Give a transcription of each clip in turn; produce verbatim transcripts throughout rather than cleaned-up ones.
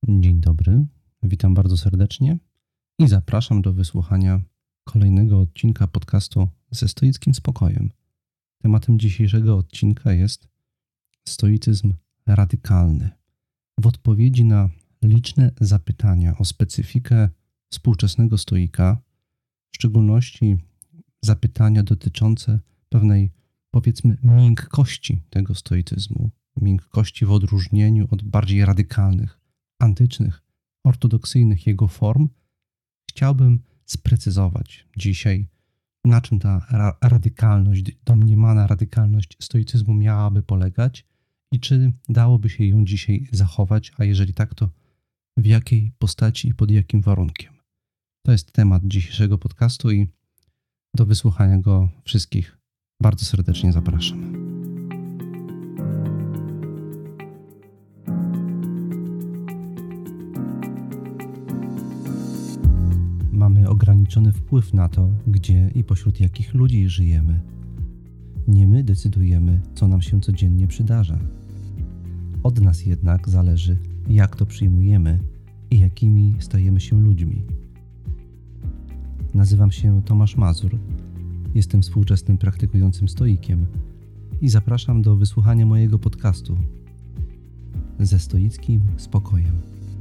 Dzień dobry, witam bardzo serdecznie i zapraszam do wysłuchania kolejnego odcinka podcastu ze stoickim spokojem. Tematem dzisiejszego odcinka jest stoicyzm radykalny. W odpowiedzi na liczne zapytania o specyfikę współczesnego stoika, w szczególności zapytania dotyczące pewnej, powiedzmy, miękkości tego stoicyzmu, miękkości w odróżnieniu od bardziej radykalnych, antycznych, ortodoksyjnych jego form, chciałbym sprecyzować dzisiaj, na czym ta ra- radykalność, domniemana radykalność stoicyzmu miałaby polegać i czy dałoby się ją dzisiaj zachować, a jeżeli tak, to w jakiej postaci i pod jakim warunkiem. To jest temat dzisiejszego podcastu i do wysłuchania go wszystkich bardzo serdecznie zapraszam. Mamy ograniczony wpływ na to, gdzie i pośród jakich ludzi żyjemy. Nie my decydujemy, co nam się codziennie przydarza. Od nas jednak zależy, jak to przyjmujemy i jakimi stajemy się ludźmi. Nazywam się Tomasz Mazur, jestem współczesnym praktykującym stoikiem i zapraszam do wysłuchania mojego podcastu ze stoickim spokojem.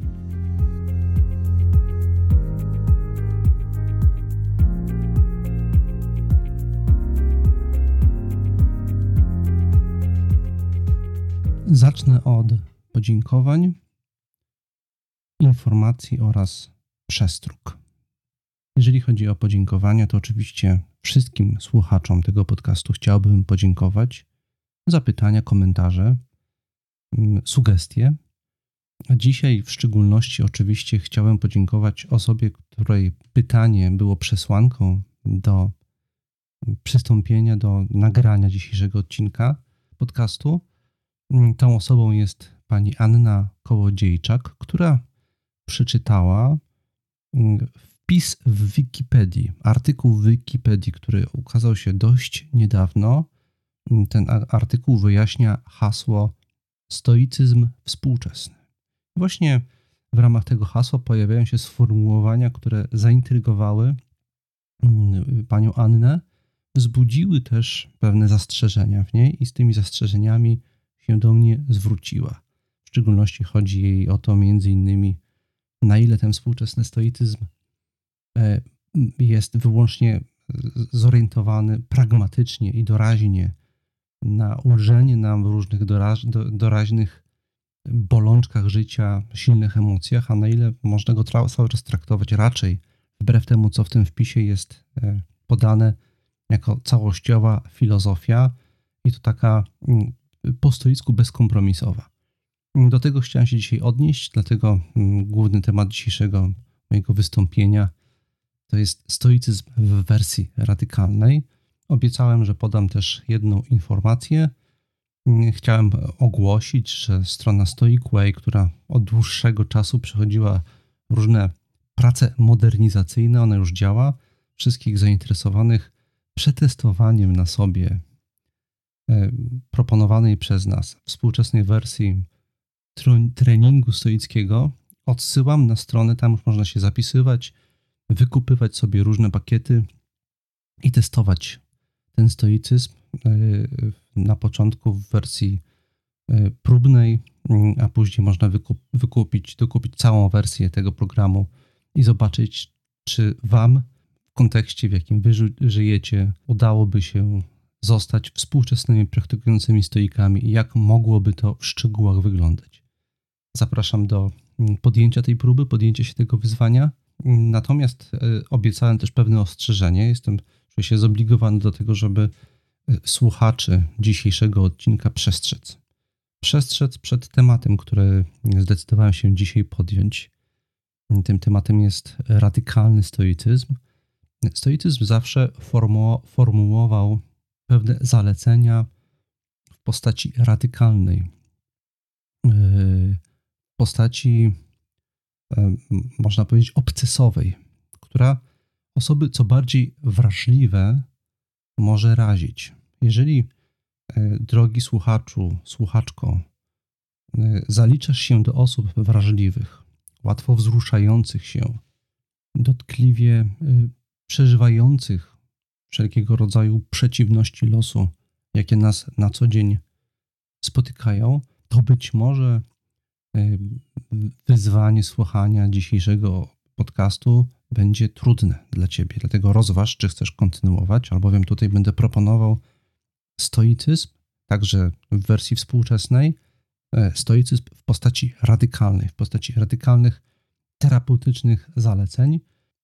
Zacznę od podziękowań, informacji oraz przestróg. Jeżeli chodzi o podziękowania, to oczywiście wszystkim słuchaczom tego podcastu chciałbym podziękować za pytania, komentarze, sugestie. A dzisiaj w szczególności oczywiście chciałem podziękować osobie, której pytanie było przesłanką do przystąpienia do nagrania dzisiejszego odcinka podcastu. Tą osobą jest pani Anna Kołodziejczak, która przeczytała wpis w Wikipedii, artykuł w Wikipedii, który ukazał się dość niedawno. Ten artykuł wyjaśnia hasło stoicyzm współczesny. Właśnie w ramach tego hasła pojawiają się sformułowania, które zaintrygowały panią Annę, wzbudziły też pewne zastrzeżenia w niej i z tymi zastrzeżeniami się do mnie zwróciła. W szczególności chodzi jej o to między innymi, na ile ten współczesny stoicyzm jest wyłącznie zorientowany pragmatycznie i doraźnie na ulżenie nam w różnych doraź, do, doraźnych bolączkach życia, silnych emocjach, a na ile można go tra- cały czas traktować raczej wbrew temu, co w tym wpisie jest podane, jako całościowa filozofia i to taka po stoicku bezkompromisowa. Do tego chciałem się dzisiaj odnieść, dlatego główny temat dzisiejszego mojego wystąpienia to jest stoicyzm w wersji radykalnej. Obiecałem, że podam też jedną informację. Chciałem ogłosić, że strona Stoicway, która od dłuższego czasu przechodziła różne prace modernizacyjne, ona już działa. Wszystkich zainteresowanych przetestowaniem na sobie proponowanej przez nas współczesnej wersji treningu stoickiego odsyłam na stronę, tam już można się zapisywać, wykupywać sobie różne pakiety i testować ten stoicyzm na początku w wersji próbnej, a później można wykup, wykupić, dokupić całą wersję tego programu i zobaczyć, czy wam w kontekście, w jakim wy żyjecie, udałoby się zostać współczesnymi praktykującymi stoikami i jak mogłoby to w szczegółach wyglądać. Zapraszam do podjęcia tej próby, podjęcia się tego wyzwania. Natomiast obiecałem też pewne ostrzeżenie. Jestem oczywiście zobligowany do tego, żeby słuchaczy dzisiejszego odcinka przestrzec. Przestrzec przed tematem, który zdecydowałem się dzisiaj podjąć. Tym tematem jest radykalny stoicyzm. Stoicyzm zawsze formu- formułował pewne zalecenia w postaci radykalnej, w postaci, można powiedzieć, obcesowej, która osoby co bardziej wrażliwe może razić. Jeżeli, drogi słuchaczu, słuchaczko, zaliczasz się do osób wrażliwych, łatwo wzruszających się, dotkliwie przeżywających wszelkiego rodzaju przeciwności losu, jakie nas na co dzień spotykają, to być może wyzwanie słuchania dzisiejszego podcastu będzie trudne dla Ciebie. Dlatego rozważ, czy chcesz kontynuować, albowiem tutaj będę proponował stoicyzm, także w wersji współczesnej, stoicyzm w postaci radykalnej, w postaci radykalnych, terapeutycznych zaleceń.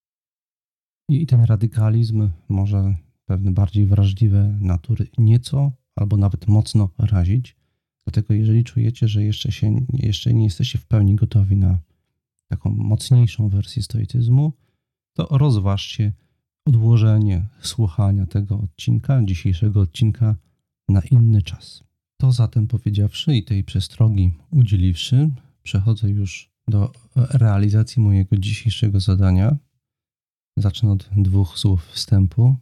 I ten radykalizm może pewne bardziej wrażliwe natury nieco albo nawet mocno razić. Dlatego jeżeli czujecie, że jeszcze, się, jeszcze nie jesteście w pełni gotowi na taką mocniejszą wersję stoicyzmu, to rozważcie odłożenie słuchania tego odcinka, dzisiejszego odcinka na inny czas. To zatem powiedziawszy i tej przestrogi udzieliwszy, przechodzę już do realizacji mojego dzisiejszego zadania. Zacznę od dwóch słów wstępu.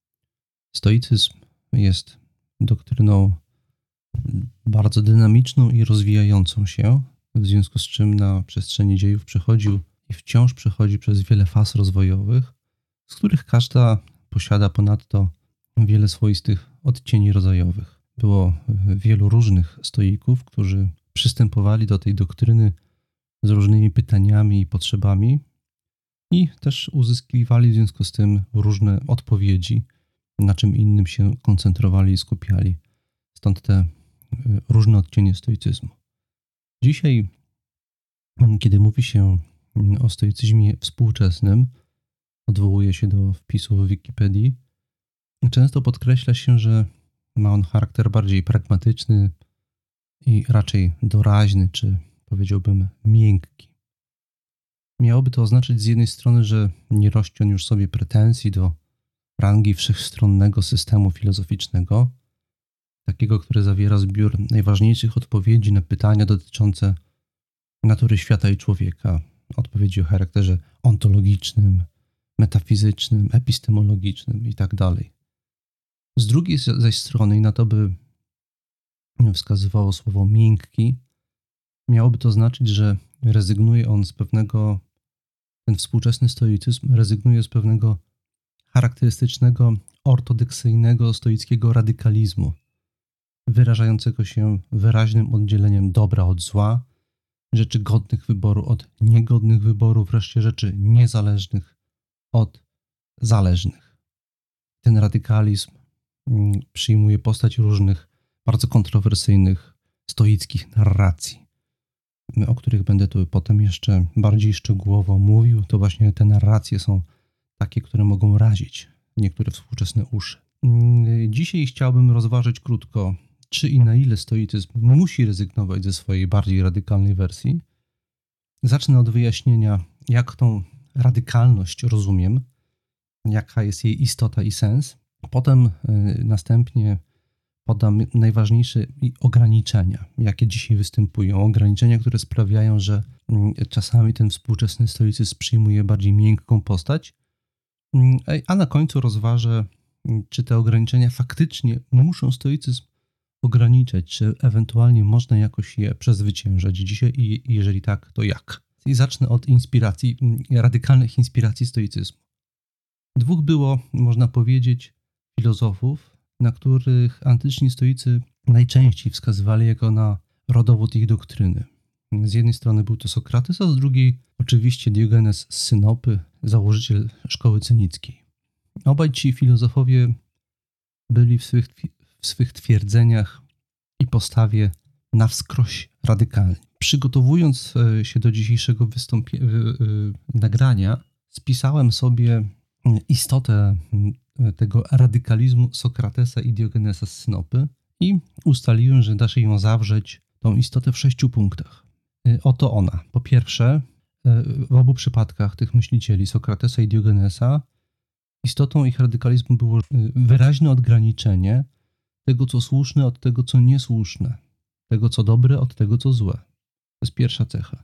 Stoicyzm jest doktryną bardzo dynamiczną i rozwijającą się, w związku z czym na przestrzeni dziejów przechodził i wciąż przechodzi przez wiele faz rozwojowych, z których każda posiada ponadto wiele swoistych odcieni rodzajowych. Było wielu różnych stoików, którzy przystępowali do tej doktryny z różnymi pytaniami i potrzebami i też uzyskiwali w związku z tym różne odpowiedzi, na czym innym się koncentrowali i skupiali. Stąd te różne odcienie stoicyzmu. Dzisiaj, kiedy mówi się o stoicyzmie współczesnym, odwołuje się do wpisów w Wikipedii, często podkreśla się, że ma on charakter bardziej pragmatyczny i raczej doraźny, czy powiedziałbym miękki. Miałoby to oznaczać z jednej strony, że nie rości on już sobie pretensji do rangi wszechstronnego systemu filozoficznego, takiego, który zawiera zbiór najważniejszych odpowiedzi na pytania dotyczące natury świata i człowieka. Odpowiedzi o charakterze ontologicznym, metafizycznym, epistemologicznym itd. Z drugiej zaś strony, i na to by wskazywało słowo miękki, miałoby to znaczyć, że rezygnuje on z pewnego, ten współczesny stoicyzm rezygnuje z pewnego charakterystycznego, ortodoksyjnego stoickiego radykalizmu, wyrażającego się wyraźnym oddzieleniem dobra od zła, rzeczy godnych wyboru od niegodnych wyboru, wreszcie rzeczy niezależnych od zależnych. Ten radykalizm przyjmuje postać różnych, bardzo kontrowersyjnych, stoickich narracji, o których będę tu potem jeszcze bardziej szczegółowo mówił. To właśnie te narracje są takie, które mogą razić niektóre współczesne uszy. Dzisiaj chciałbym rozważyć krótko, czy i na ile stoicyzm musi rezygnować ze swojej bardziej radykalnej wersji. Zacznę od wyjaśnienia, jak tą radykalność rozumiem, jaka jest jej istota i sens. Potem y, następnie podam najważniejsze ograniczenia, jakie dzisiaj występują. Ograniczenia, które sprawiają, że y, czasami ten współczesny stoicyzm przyjmuje bardziej miękką postać, y, a na końcu rozważę, y, czy te ograniczenia faktycznie muszą stoicyzm ograniczać, czy ewentualnie można jakoś je przezwyciężać dzisiaj i jeżeli tak, to jak. I zacznę od inspiracji, radykalnych inspiracji stoicyzmu. Dwóch było, można powiedzieć, filozofów, na których antyczni stoicy najczęściej wskazywali jako na rodowód ich doktryny. Z jednej strony był to Sokrates, a z drugiej oczywiście Diogenes z Synopy, założyciel szkoły cynickiej. Obaj ci filozofowie byli w swych, w swych twierdzeniach i postawie na wskroś radykalni. Przygotowując się do dzisiejszego wystąpie- nagrania, spisałem sobie istotę tego radykalizmu Sokratesa i Diogenesa z Synopy i ustaliłem, że da się ją zawrzeć, tą istotę, w sześciu punktach. Oto ona. Po pierwsze, w obu przypadkach tych myślicieli, Sokratesa i Diogenesa, istotą ich radykalizmu było wyraźne odgraniczenie tego, co słuszne, od tego, co niesłuszne, tego, co dobre, od tego, co złe. To jest pierwsza cecha.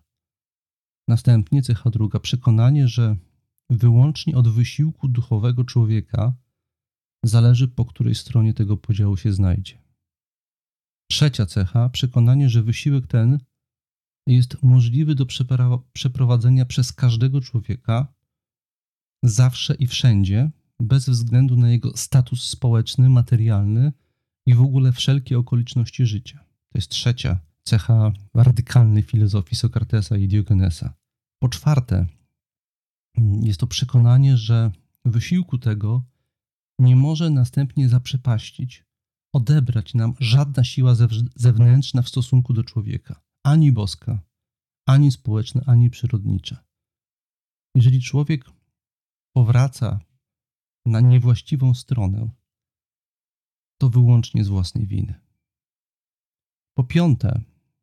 Następnie cecha druga, przekonanie, że wyłącznie od wysiłku duchowego człowieka zależy, po której stronie tego podziału się znajdzie. Trzecia cecha, przekonanie, że wysiłek ten jest możliwy do przeprowadzenia przez każdego człowieka zawsze i wszędzie, bez względu na jego status społeczny, materialny i w ogóle wszelkie okoliczności życia. To jest trzecia cecha radykalnej filozofii Sokratesa i Diogenesa. Po czwarte, jest to przekonanie, że wysiłku tego nie może następnie zaprzepaścić, odebrać nam żadna siła zewnętrzna w stosunku do człowieka, ani boska, ani społeczna, ani przyrodnicza. Jeżeli człowiek powraca na niewłaściwą stronę, to wyłącznie z własnej winy. Po piąte,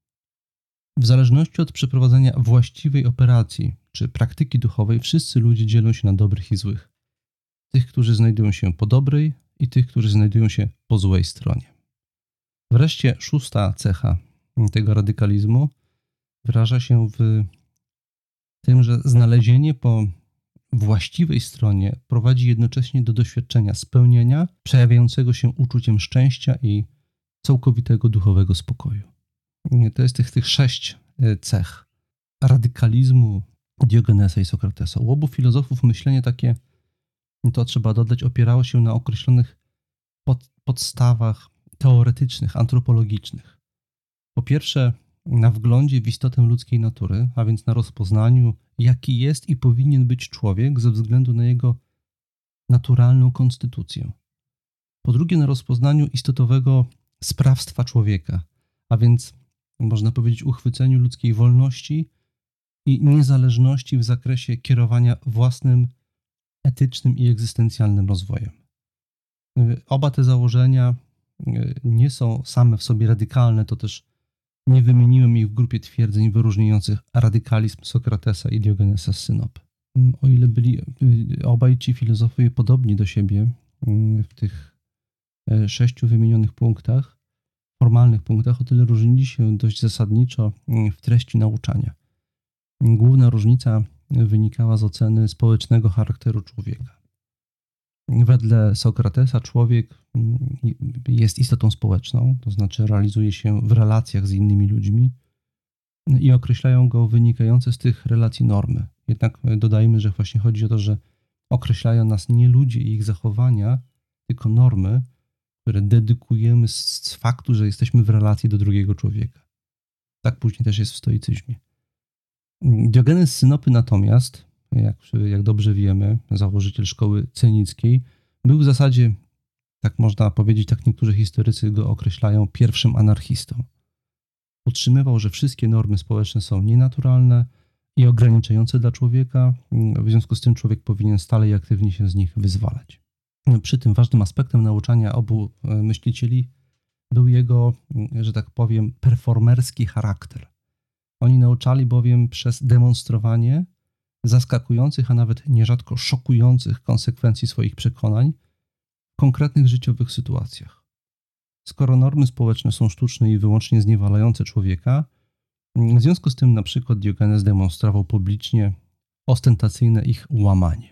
w zależności od przeprowadzenia właściwej operacji czy praktyki duchowej, wszyscy ludzie dzielą się na dobrych i złych. Tych, którzy znajdują się po dobrej i tych, którzy znajdują się po złej stronie. Wreszcie szósta cecha tego radykalizmu wyraża się w tym, że znalezienie po właściwej stronie prowadzi jednocześnie do doświadczenia spełnienia, przejawiającego się uczuciem szczęścia i całkowitego duchowego spokoju. To jest tych, tych sześć cech radykalizmu Diogenesa i Sokratesa. U obu filozofów myślenie takie, to trzeba dodać, opierało się na określonych pod, podstawach teoretycznych, antropologicznych. Po pierwsze, na wglądzie w istotę ludzkiej natury, a więc na rozpoznaniu, jaki jest i powinien być człowiek ze względu na jego naturalną konstytucję. Po drugie, na rozpoznaniu istotowego sprawstwa człowieka, a więc można powiedzieć uchwyceniu ludzkiej wolności i niezależności w zakresie kierowania własnym etycznym i egzystencjalnym rozwojem. Oba te założenia nie są same w sobie radykalne, to też nie wymieniłem ich w grupie twierdzeń wyróżniających radykalizm Sokratesa i Diogenesa z Synopy. O ile byli obaj ci filozofowie podobni do siebie w tych sześciu wymienionych punktach, formalnych punktach, o tyle różnili się dość zasadniczo w treści nauczania. Główna różnica wynikała z oceny społecznego charakteru człowieka. Wedle Sokratesa człowiek jest istotą społeczną, to znaczy realizuje się w relacjach z innymi ludźmi i określają go wynikające z tych relacji normy. Jednak dodajmy, że właśnie chodzi o to, że określają nas nie ludzie i ich zachowania, tylko normy, które dedykujemy z faktu, że jesteśmy w relacji do drugiego człowieka. Tak później też jest w stoicyzmie. Diogenes z Synopy natomiast, jak, jak dobrze wiemy, założyciel szkoły cenickiej, był w zasadzie, tak można powiedzieć, tak niektórzy historycy go określają, pierwszym anarchistą. Utrzymywał, że wszystkie normy społeczne są nienaturalne i ograniczające dla człowieka, w związku z tym człowiek powinien stale i aktywnie się z nich wyzwalać. Przy tym ważnym aspektem nauczania obu myślicieli był jego, że tak powiem, performerski charakter. Oni nauczali bowiem przez demonstrowanie zaskakujących, a nawet nierzadko szokujących konsekwencji swoich przekonań w konkretnych życiowych sytuacjach. Skoro normy społeczne są sztuczne i wyłącznie zniewalające człowieka, w związku z tym na przykład Diogenes demonstrował publicznie ostentacyjne ich łamanie.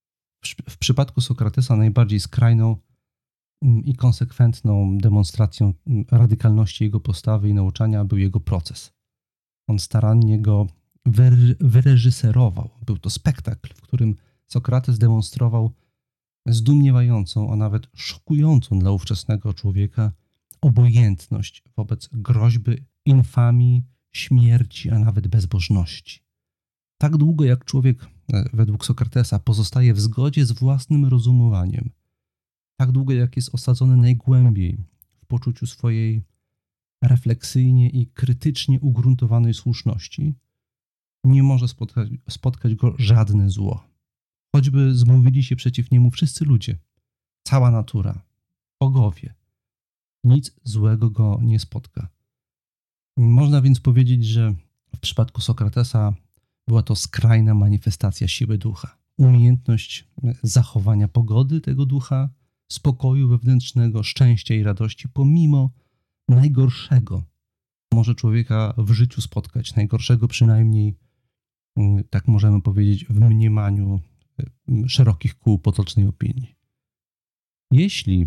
W przypadku Sokratesa najbardziej skrajną i konsekwentną demonstracją radykalności jego postawy i nauczania był jego proces. On starannie go wyreżyserował. Był to spektakl, w którym Sokrates demonstrował zdumiewającą, a nawet szokującą dla ówczesnego człowieka obojętność wobec groźby infamii, śmierci, a nawet bezbożności. Tak długo jak człowiek, według Sokratesa, pozostaje w zgodzie z własnym rozumowaniem, tak długo jak jest osadzony najgłębiej w poczuciu swojej refleksyjnie i krytycznie ugruntowanej słuszności, nie może spotkać, spotkać go żadne zło. Choćby zmówili się przeciw niemu wszyscy ludzie, cała natura, bogowie. Nic złego go nie spotka. Można więc powiedzieć, że w przypadku Sokratesa była to skrajna manifestacja siły ducha. Umiejętność zachowania pogody tego ducha, spokoju wewnętrznego, szczęścia i radości, pomimo najgorszego może człowieka w życiu spotkać, najgorszego przynajmniej, tak możemy powiedzieć, w mniemaniu szerokich kół potocznej opinii. Jeśli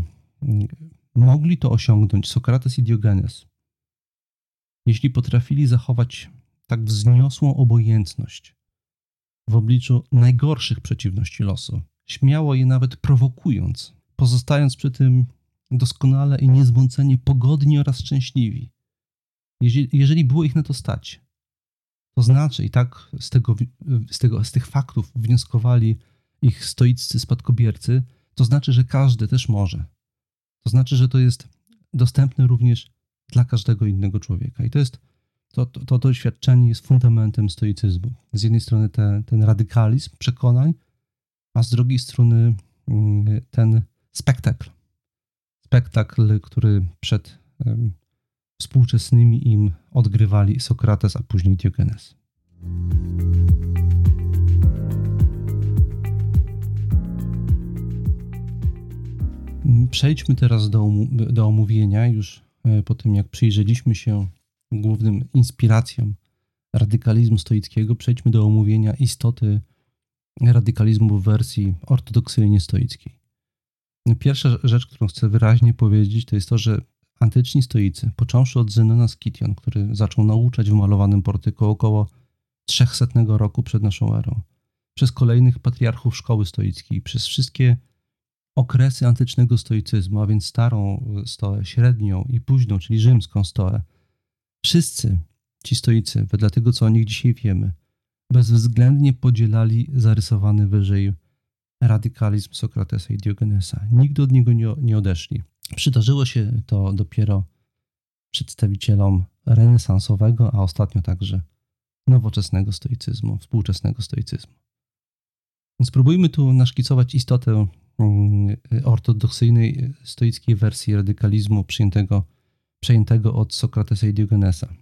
mogli to osiągnąć Sokrates i Diogenes, jeśli potrafili zachować tak wzniosłą obojętność w obliczu najgorszych przeciwności losu, śmiało je nawet prowokując, pozostając przy tym doskonale i niezmącenie pogodni oraz szczęśliwi. Jeżeli, jeżeli było ich na to stać, to znaczy, i tak z, tego, z, tego, z tych faktów wnioskowali ich stoiccy spadkobiercy, to znaczy, że każdy też może. To znaczy, że to jest dostępne również dla każdego innego człowieka. I to jest to, to, to doświadczenie jest fundamentem stoicyzmu. Z jednej strony te, ten radykalizm przekonań, a z drugiej strony ten spektakl. Spektakl, który przed um, współczesnymi im odgrywali Sokrates, a później Diogenes. Przejdźmy teraz do, do omówienia, już po tym jak przyjrzeliśmy się głównym inspiracjom radykalizmu stoickiego, przejdźmy do omówienia istoty radykalizmu w wersji ortodoksyjnie stoickiej. Pierwsza rzecz, którą chcę wyraźnie powiedzieć, to jest to, że antyczni stoicy, począwszy od Zenona z Kition, który zaczął nauczać w malowanym portyku około trzysetnego roku przed naszą erą, przez kolejnych patriarchów szkoły stoickiej, przez wszystkie okresy antycznego stoicyzmu, a więc starą stoę, średnią i późną, czyli rzymską stoę, wszyscy ci stoicy, wedle tego, co o nich dzisiaj wiemy, bezwzględnie podzielali zarysowany wyżej radykalizm Sokratesa i Diogenesa. Nigdy od niego nie, nie odeszli. Przydarzyło się to dopiero przedstawicielom renesansowego, a ostatnio także nowoczesnego stoicyzmu, współczesnego stoicyzmu. Spróbujmy tu naszkicować istotę ortodoksyjnej stoickiej wersji radykalizmu przyjętego, przejętego od Sokratesa i Diogenesa.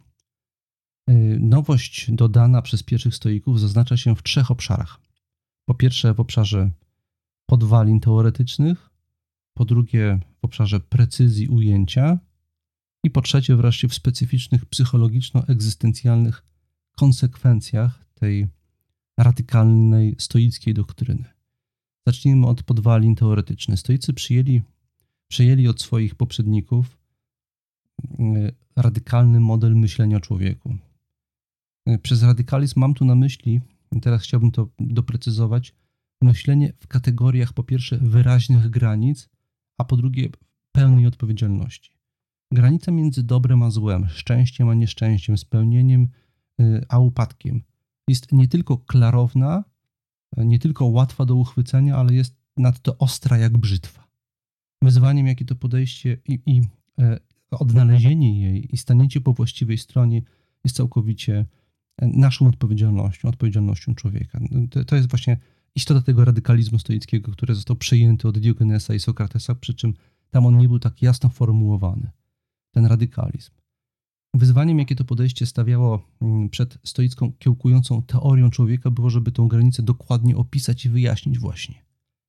Nowość dodana przez pierwszych stoików zaznacza się w trzech obszarach. Po pierwsze w obszarze podwalin teoretycznych, po drugie w obszarze precyzji ujęcia i po trzecie wreszcie w specyficznych psychologiczno-egzystencjalnych konsekwencjach tej radykalnej stoickiej doktryny. Zacznijmy od podwalin teoretycznych. Stoicy przyjęli, przyjęli od swoich poprzedników radykalny model myślenia o człowieku. Przez radykalizm mam tu na myśli, teraz chciałbym to doprecyzować, myślenie w kategoriach po pierwsze wyraźnych granic, a po drugie pełnej odpowiedzialności. Granica między dobrem a złem, szczęściem a nieszczęściem, spełnieniem a upadkiem jest nie tylko klarowna, nie tylko łatwa do uchwycenia, ale jest nadto ostra jak brzytwa. Wyzwaniem, jakie to podejście i, i e, odnalezienie jej i stanięcie po właściwej stronie jest całkowicie naszą odpowiedzialnością, odpowiedzialnością człowieka. To, to jest właśnie istota tego radykalizmu stoickiego, który został przejęty od Diogenesa i Sokratesa, przy czym tam on nie był tak jasno formułowany. Ten radykalizm. Wyzwaniem, jakie to podejście stawiało przed stoicką kiełkującą teorią człowieka, było, żeby tę granicę dokładnie opisać i wyjaśnić właśnie.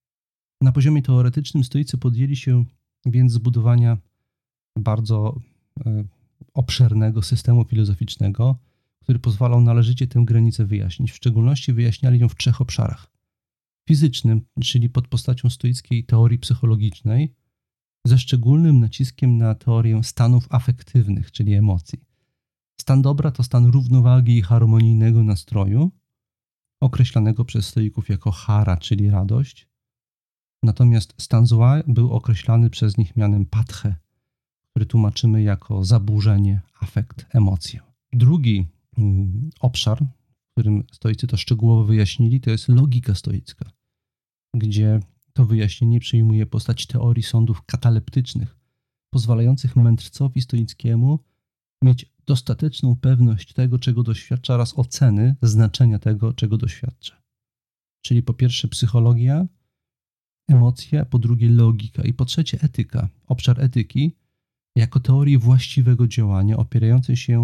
Na poziomie teoretycznym stoicy podjęli się więc zbudowania bardzo e, obszernego systemu filozoficznego, który pozwalał należycie tę granicę wyjaśnić. W szczególności wyjaśniali ją w trzech obszarach. Fizycznym, czyli pod postacią stoickiej teorii psychologicznej, ze szczególnym naciskiem na teorię stanów afektywnych, czyli emocji. Stan dobra to stan równowagi i harmonijnego nastroju, określanego przez stoików jako chara, czyli radość. Natomiast stan zła był określany przez nich mianem pathe, który tłumaczymy jako zaburzenie, afekt, emocję. Drugi mm, obszar, w którym stoicy to szczegółowo wyjaśnili, to jest logika stoicka, gdzie to wyjaśnienie przyjmuje postać teorii sądów kataleptycznych, pozwalających mędrcowi stoickiemu mieć dostateczną pewność tego, czego doświadcza, oraz oceny znaczenia tego, czego doświadcza. Czyli po pierwsze psychologia, emocje, po drugie logika i po trzecie etyka, obszar etyki jako teorii właściwego działania opierającej się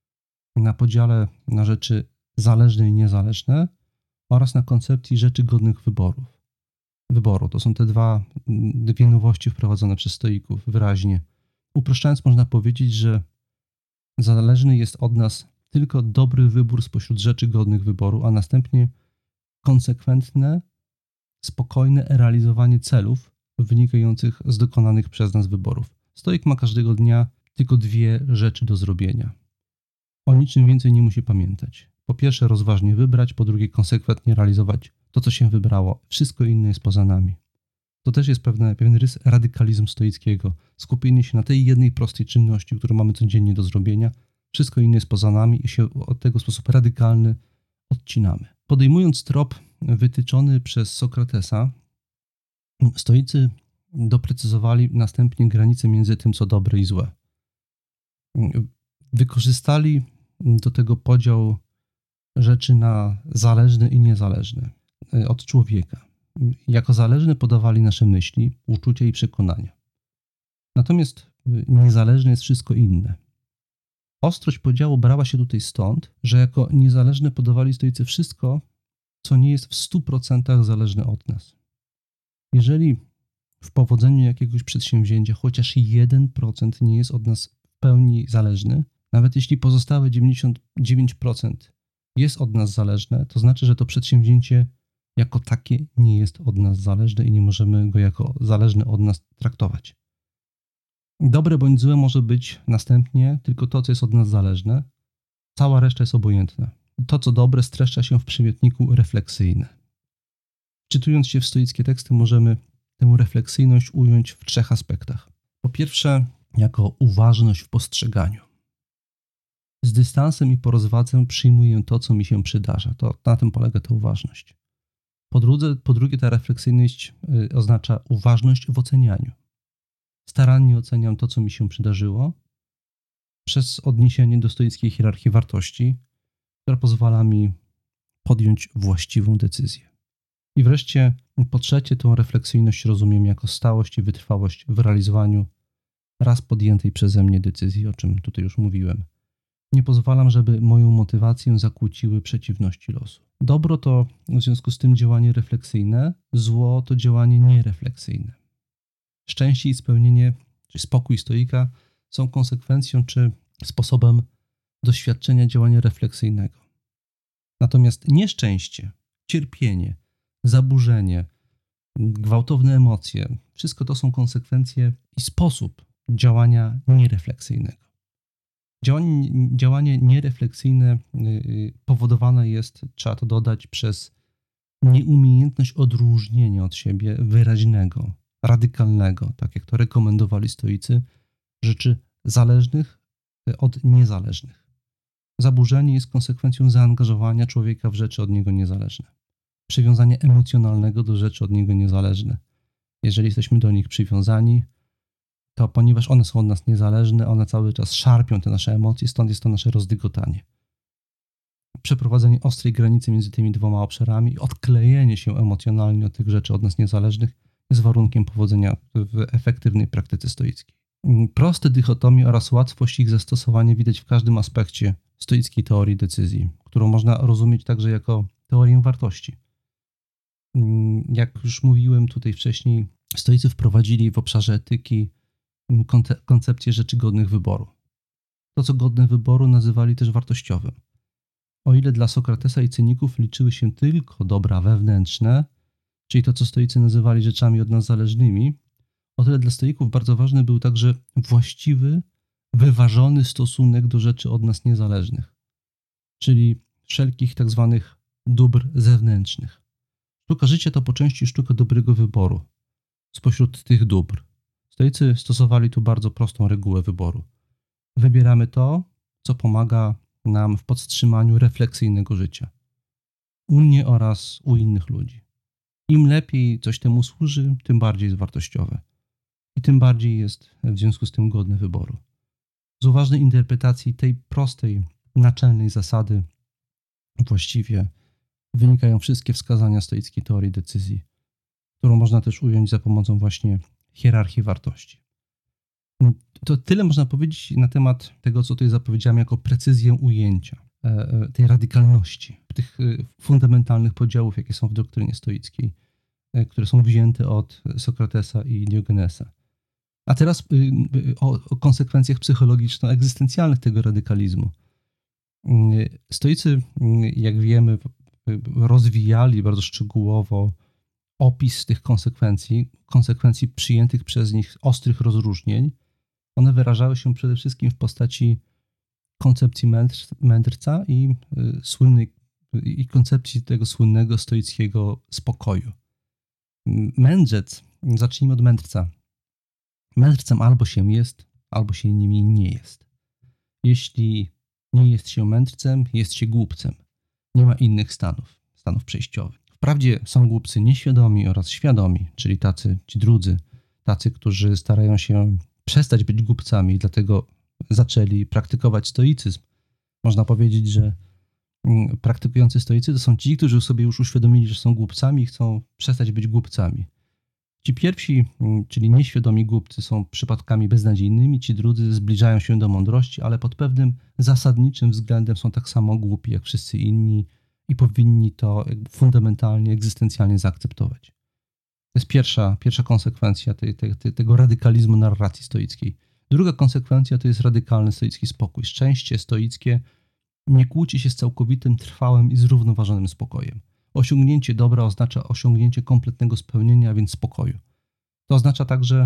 na podziale na rzeczy zależne i niezależne oraz na koncepcji rzeczy godnych wyborów. Wyboru. To są te dwa, dwie nowości wprowadzone przez stoików wyraźnie. Uproszczając, można powiedzieć, że zależny jest od nas tylko dobry wybór spośród rzeczy godnych wyboru, a następnie konsekwentne, spokojne realizowanie celów wynikających z dokonanych przez nas wyborów. Stoik ma każdego dnia tylko dwie rzeczy do zrobienia. O niczym więcej nie musi pamiętać. Po pierwsze, rozważnie wybrać, po drugie, konsekwentnie realizować to, co się wybrało. Wszystko inne jest poza nami. To też jest pewne, pewien rys radykalizmu stoickiego. Skupienie się na tej jednej prostej czynności, którą mamy codziennie do zrobienia. Wszystko inne jest poza nami i się od tego w sposób radykalny odcinamy. Podejmując trop wytyczony przez Sokratesa, stoicy doprecyzowali następnie granice między tym, co dobre i złe. Wykorzystali do tego podział rzeczy na zależne i niezależne od człowieka. Jako zależne podawali nasze myśli, uczucia i przekonania. Natomiast niezależne jest wszystko inne. Ostrość podziału brała się tutaj stąd, że jako niezależne podawali stoicy wszystko, co nie jest w stu procentach zależne od nas. Jeżeli w powodzeniu jakiegoś przedsięwzięcia chociaż jeden procent nie jest od nas w pełni zależny, nawet jeśli pozostałe dziewięćdziesiąt dziewięć procent jest od nas zależne, to znaczy, że to przedsięwzięcie jako takie nie jest od nas zależne i nie możemy go jako zależne od nas traktować. Dobre bądź złe może być następnie tylko to, co jest od nas zależne. Cała reszta jest obojętna. To, co dobre, streszcza się w przymiotniku refleksyjne. Czytując się w stoickie teksty, możemy tę refleksyjność ująć w trzech aspektach. Po pierwsze, jako uważność w postrzeganiu. Z dystansem i po rozwadze przyjmuję to, co mi się przydarza. To na tym polega ta uważność. Po drugie, po drugie ta refleksyjność oznacza uważność w ocenianiu. Starannie oceniam to, co mi się przydarzyło, przez odniesienie do stoickiej hierarchii wartości, która pozwala mi podjąć właściwą decyzję. I wreszcie, po trzecie, tą refleksyjność rozumiem jako stałość i wytrwałość w realizowaniu raz podjętej przeze mnie decyzji, o czym tutaj już mówiłem. Nie pozwalam, żeby moją motywację zakłóciły przeciwności losu. Dobro to w związku z tym działanie refleksyjne, zło to działanie nierefleksyjne. Szczęście i spełnienie, czy spokój stoika są konsekwencją czy sposobem doświadczenia działania refleksyjnego. Natomiast nieszczęście, cierpienie, zaburzenie, gwałtowne emocje, wszystko to są konsekwencje i sposób działania nierefleksyjnego. Działanie, działanie nierefleksyjne powodowane jest, trzeba to dodać, przez nieumiejętność odróżnienia od siebie wyraźnego, radykalnego, tak jak to rekomendowali stoicy, rzeczy zależnych od niezależnych. Zaburzenie jest konsekwencją zaangażowania człowieka w rzeczy od niego niezależne. Przywiązanie emocjonalnego do rzeczy od niego niezależne. Jeżeli jesteśmy do nich przywiązani, to ponieważ one są od nas niezależne, one cały czas szarpią te nasze emocje, stąd jest to nasze rozdygotanie. Przeprowadzenie ostrej granicy między tymi dwoma obszarami i odklejenie się emocjonalnie od tych rzeczy od nas niezależnych jest warunkiem powodzenia w efektywnej praktyce stoickiej. Proste dychotomie oraz łatwość ich zastosowania widać w każdym aspekcie stoickiej teorii decyzji, którą można rozumieć także jako teorię wartości. Jak już mówiłem tutaj wcześniej, stoicy wprowadzili w obszarze etyki koncepcję rzeczy godnych wyboru. To, co godne wyboru, nazywali też wartościowym. O ile dla Sokratesa i cyników liczyły się tylko dobra wewnętrzne, czyli to, co stoicy nazywali rzeczami od nas zależnymi, o tyle dla stoików bardzo ważny był także właściwy, wyważony stosunek do rzeczy od nas niezależnych, czyli wszelkich tak zwanych dóbr zewnętrznych. Sztuka życia to po części sztuka dobrego wyboru spośród tych dóbr. Stoicy stosowali tu bardzo prostą regułę wyboru. Wybieramy to, co pomaga nam w podtrzymaniu refleksyjnego życia. U mnie oraz u innych ludzi. Im lepiej coś temu służy, tym bardziej jest wartościowe. I tym bardziej jest w związku z tym godne wyboru. Z uważnej interpretacji tej prostej, naczelnej zasady właściwie wynikają wszystkie wskazania stoickiej teorii decyzji, którą można też ująć za pomocą właśnie hierarchii wartości. To tyle można powiedzieć na temat tego, co tutaj zapowiedziałem jako precyzję ujęcia, tej radykalności, tych fundamentalnych podziałów, jakie są w doktrynie stoickiej, które są wzięte od Sokratesa i Diogenesa. A teraz o, o konsekwencjach psychologiczno-egzystencjalnych tego radykalizmu. Stoicy, jak wiemy, rozwijali bardzo szczegółowo opis tych konsekwencji, konsekwencji przyjętych przez nich ostrych rozróżnień. One wyrażały się przede wszystkim w postaci koncepcji mędrca i słynnej i koncepcji tego słynnego stoickiego spokoju. Mędrzec, zacznijmy od mędrca. Mędrcem albo się jest, albo się nimi nie jest. Jeśli nie jest się mędrcem, jest się głupcem. Nie ma innych stanów, stanów przejściowych. Wprawdzie są głupcy nieświadomi oraz świadomi, czyli tacy, ci drudzy, tacy, którzy starają się przestać być głupcami, dlatego zaczęli praktykować stoicyzm. Można powiedzieć, że praktykujący stoicy to są ci, którzy sobie już uświadomili, że są głupcami i chcą przestać być głupcami. Ci pierwsi, czyli nieświadomi głupcy, są przypadkami beznadziejnymi, ci drudzy zbliżają się do mądrości, ale pod pewnym zasadniczym względem są tak samo głupi jak wszyscy inni i powinni to fundamentalnie, egzystencjalnie zaakceptować. To jest pierwsza, pierwsza konsekwencja tej, tej, tej, tego radykalizmu narracji stoickiej. Druga konsekwencja to jest radykalny stoicki spokój. Szczęście stoickie nie kłóci się z całkowitym, trwałym i zrównoważonym spokojem. Osiągnięcie dobra oznacza osiągnięcie kompletnego spełnienia, a więc spokoju. To oznacza także,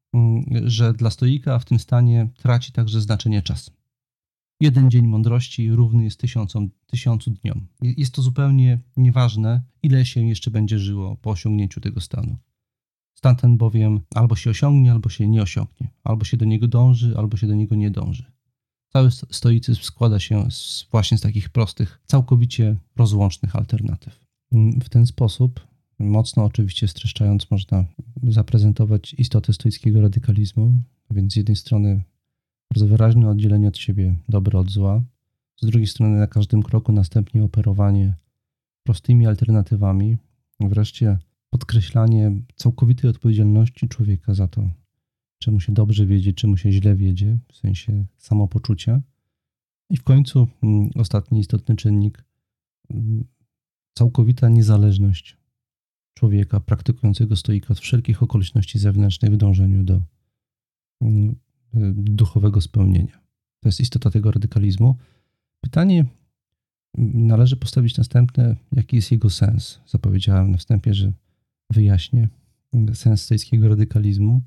że dla stoika w tym stanie traci także znaczenie czas. Jeden dzień mądrości równy jest tysiącom, tysiącu dniom. Jest to zupełnie nieważne, ile się jeszcze będzie żyło po osiągnięciu tego stanu. Stan ten bowiem albo się osiągnie, albo się nie osiągnie. Albo się do niego dąży, albo się do niego nie dąży. Cały stoicyzm składa się z, właśnie z takich prostych, całkowicie rozłącznych alternatyw. W ten sposób, mocno oczywiście streszczając, można zaprezentować istotę stoickiego radykalizmu, więc z jednej strony bardzo wyraźne oddzielenie od siebie dobra od zła, z drugiej strony na każdym kroku następnie operowanie prostymi alternatywami, wreszcie podkreślanie całkowitej odpowiedzialności człowieka za to, czemu się dobrze wiedzie, czemu się źle wiedzie, w sensie samopoczucia. I w końcu mm, ostatni istotny czynnik, mm, całkowita niezależność człowieka praktykującego stoika od wszelkich okoliczności zewnętrznych w dążeniu do mm, duchowego spełnienia. To jest istota tego radykalizmu. Pytanie należy postawić następne, jaki jest jego sens. Zapowiedziałem na wstępie, że wyjaśnię sens stoickiego radykalizmu.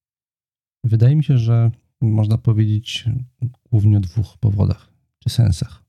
Wydaje mi się, że można powiedzieć głównie o dwóch powodach, czy sensach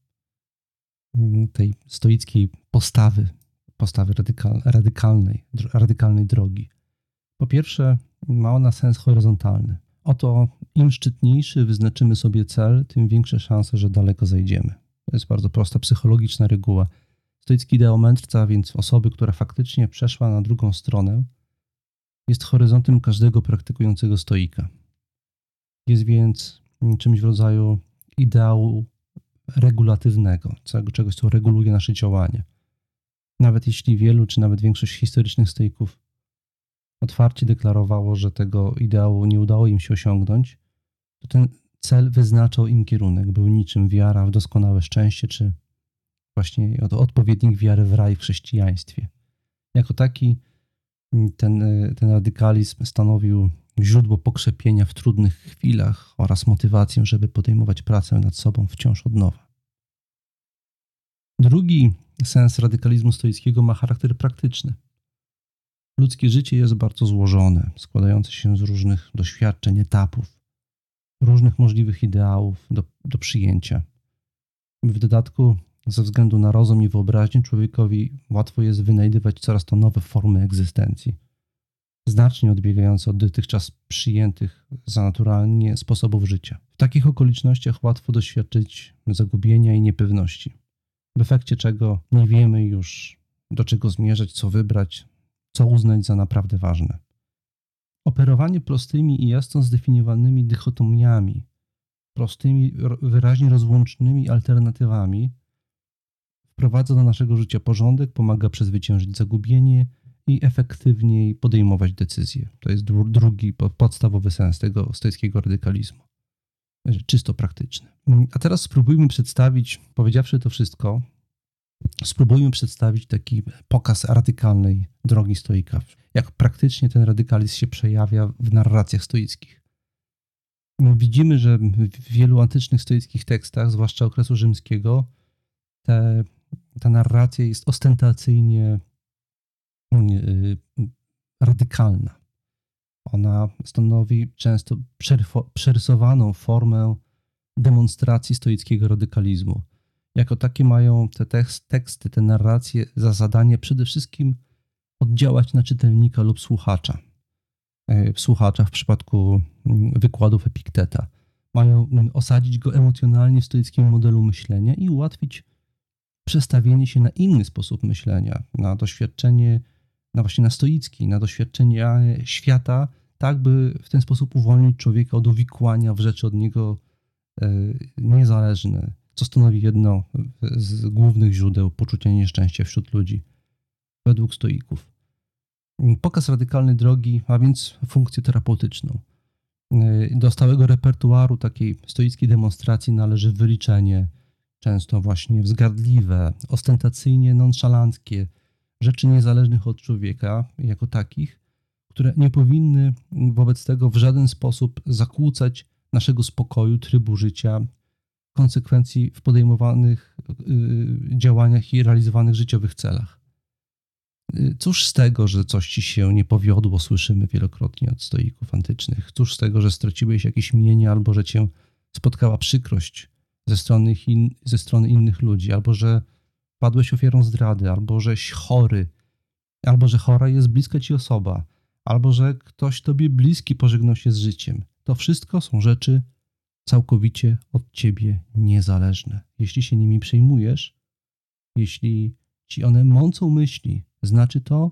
tej stoickiej postawy, postawy radykal, radykalnej, radykalnej drogi. Po pierwsze, ma ona sens horyzontalny. Oto im szczytniejszy wyznaczymy sobie cel, tym większe szanse, że daleko zajdziemy. To jest bardzo prosta psychologiczna reguła. Stoicki ideał mędrca, więc osoby, która faktycznie przeszła na drugą stronę, jest horyzontem każdego praktykującego stoika. Jest więc czymś w rodzaju ideału regulatywnego, czegoś, co reguluje nasze działanie. Nawet jeśli wielu, czy nawet większość historycznych stoików otwarcie deklarowało, że tego ideału nie udało im się osiągnąć, to ten cel wyznaczał im kierunek. Był niczym wiara w doskonałe szczęście, czy właśnie odpowiednik wiary w raj w chrześcijaństwie. Jako taki ten, ten radykalizm stanowił źródło pokrzepienia w trudnych chwilach oraz motywację, żeby podejmować pracę nad sobą wciąż od nowa. Drugi sens radykalizmu stoickiego ma charakter praktyczny. Ludzkie życie jest bardzo złożone, składające się z różnych doświadczeń, etapów, różnych możliwych ideałów do, do przyjęcia. W dodatku, ze względu na rozum i wyobraźnię, człowiekowi łatwo jest wynajdywać coraz to nowe formy egzystencji, znacznie odbiegające od dotychczas przyjętych za naturalnie sposobów życia. W takich okolicznościach łatwo doświadczyć zagubienia i niepewności, w efekcie czego nie wiemy już, do czego zmierzać, co wybrać, co uznać za naprawdę ważne. Operowanie prostymi i jasno zdefiniowanymi dychotomiami, prostymi, wyraźnie rozłącznymi alternatywami wprowadza do naszego życia porządek, pomaga przezwyciężyć zagubienie i efektywniej podejmować decyzje. To jest drugi podstawowy sens tego stoickiego radykalizmu. Czysto praktyczny. A teraz spróbujmy przedstawić, powiedziawszy to wszystko, spróbujmy przedstawić taki pokaz radykalnej drogi stoika. Jak praktycznie ten radykalizm się przejawia w narracjach stoickich. Widzimy, że w wielu antycznych stoickich tekstach, zwłaszcza okresu rzymskiego, te, ta narracja jest ostentacyjnie yy, radykalna. Ona stanowi często przerysowaną formę demonstracji stoickiego radykalizmu. Jako takie mają te teksty, te narracje za zadanie przede wszystkim oddziałać na czytelnika lub słuchacza. Słuchacza w przypadku wykładów Epikteta. Mają osadzić go emocjonalnie w stoickim modelu myślenia i ułatwić przestawienie się na inny sposób myślenia, na doświadczenie, na właśnie na stoicki, na doświadczenie świata, tak by w ten sposób uwolnić człowieka od uwikłania w rzeczy od niego niezależne, co stanowi jedno z głównych źródeł poczucia nieszczęścia wśród ludzi, według stoików. Pokaz radykalnej drogi ma więc funkcję terapeutyczną. Do stałego repertuaru takiej stoickiej demonstracji należy wyliczenie, często właśnie wzgardliwe, ostentacyjnie nonszalanckie, rzeczy niezależnych od człowieka jako takich, które nie powinny wobec tego w żaden sposób zakłócać naszego spokoju, trybu życia, konsekwencji w podejmowanych działaniach i realizowanych życiowych celach. Cóż z tego, że coś ci się nie powiodło, słyszymy wielokrotnie od stoików antycznych. Cóż z tego, że straciłeś jakieś mienie, albo że cię spotkała przykrość ze strony, in, ze strony innych ludzi, albo że padłeś ofiarą zdrady, albo żeś chory, albo że chora jest bliska ci osoba, albo że ktoś tobie bliski pożegnał się z życiem. To wszystko są rzeczy całkowicie od ciebie niezależne. Jeśli się nimi przejmujesz, jeśli ci one mącą myśli, znaczy to,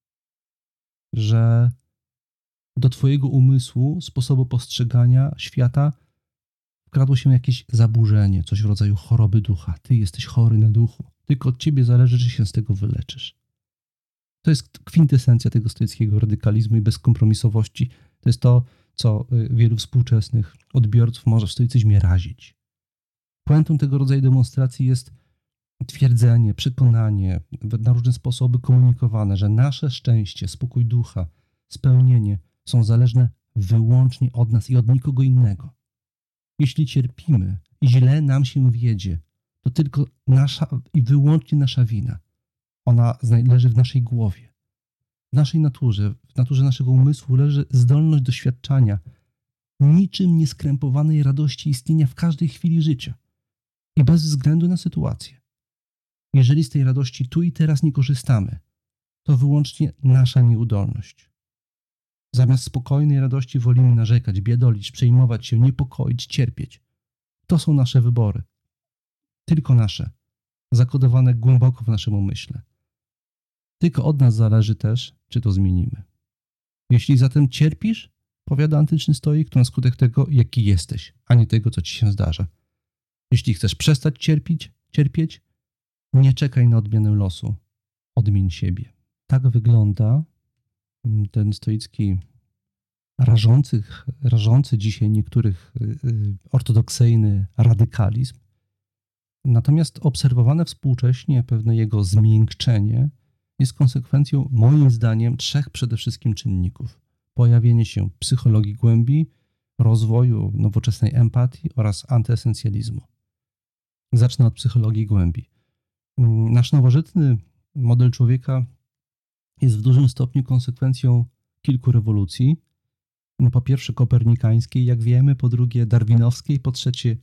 że do twojego umysłu, sposobu postrzegania świata wkradło się jakieś zaburzenie, coś w rodzaju choroby ducha. Ty jesteś chory na duchu. Tylko od ciebie zależy, czy się z tego wyleczysz. To jest kwintesencja tego stoickiego radykalizmu i bezkompromisowości. To jest to, co wielu współczesnych odbiorców może w stoicyzmie razić. Puentą tego rodzaju demonstracji jest twierdzenie, przekonanie, na różne sposoby komunikowane, że nasze szczęście, spokój ducha, spełnienie są zależne wyłącznie od nas i od nikogo innego. Jeśli cierpimy i źle nam się wiedzie, to tylko nasza i wyłącznie nasza wina. Ona leży w naszej głowie. W naszej naturze, w naturze naszego umysłu leży zdolność doświadczania niczym nieskrępowanej radości istnienia w każdej chwili życia i bez względu na sytuację. Jeżeli z tej radości tu i teraz nie korzystamy, to wyłącznie nasza nieudolność. Zamiast spokojnej radości wolimy narzekać, biedolić, przejmować się, niepokoić, cierpieć. To są nasze wybory. Tylko nasze, zakodowane głęboko w naszym umyśle. Tylko od nas zależy też, czy to zmienimy. Jeśli zatem cierpisz, powiada antyczny stoik, to na skutek tego, jaki jesteś, a nie tego, co ci się zdarza. Jeśli chcesz przestać cierpieć, cierpieć, nie czekaj na odmianę losu. Odmień siebie. Tak wygląda ten stoicki, rażący, rażący dzisiaj niektórych ortodoksyjny radykalizm. Natomiast obserwowane współcześnie pewne jego zmiękczenie jest konsekwencją, moim zdaniem, trzech przede wszystkim czynników. Pojawienie się psychologii głębi, rozwoju nowoczesnej empatii oraz antyesencjalizmu. Zacznę od psychologii głębi. Nasz nowożytny model człowieka jest w dużym stopniu konsekwencją kilku rewolucji. No, po pierwsze kopernikańskiej, jak wiemy, po drugie darwinowskiej, po trzecie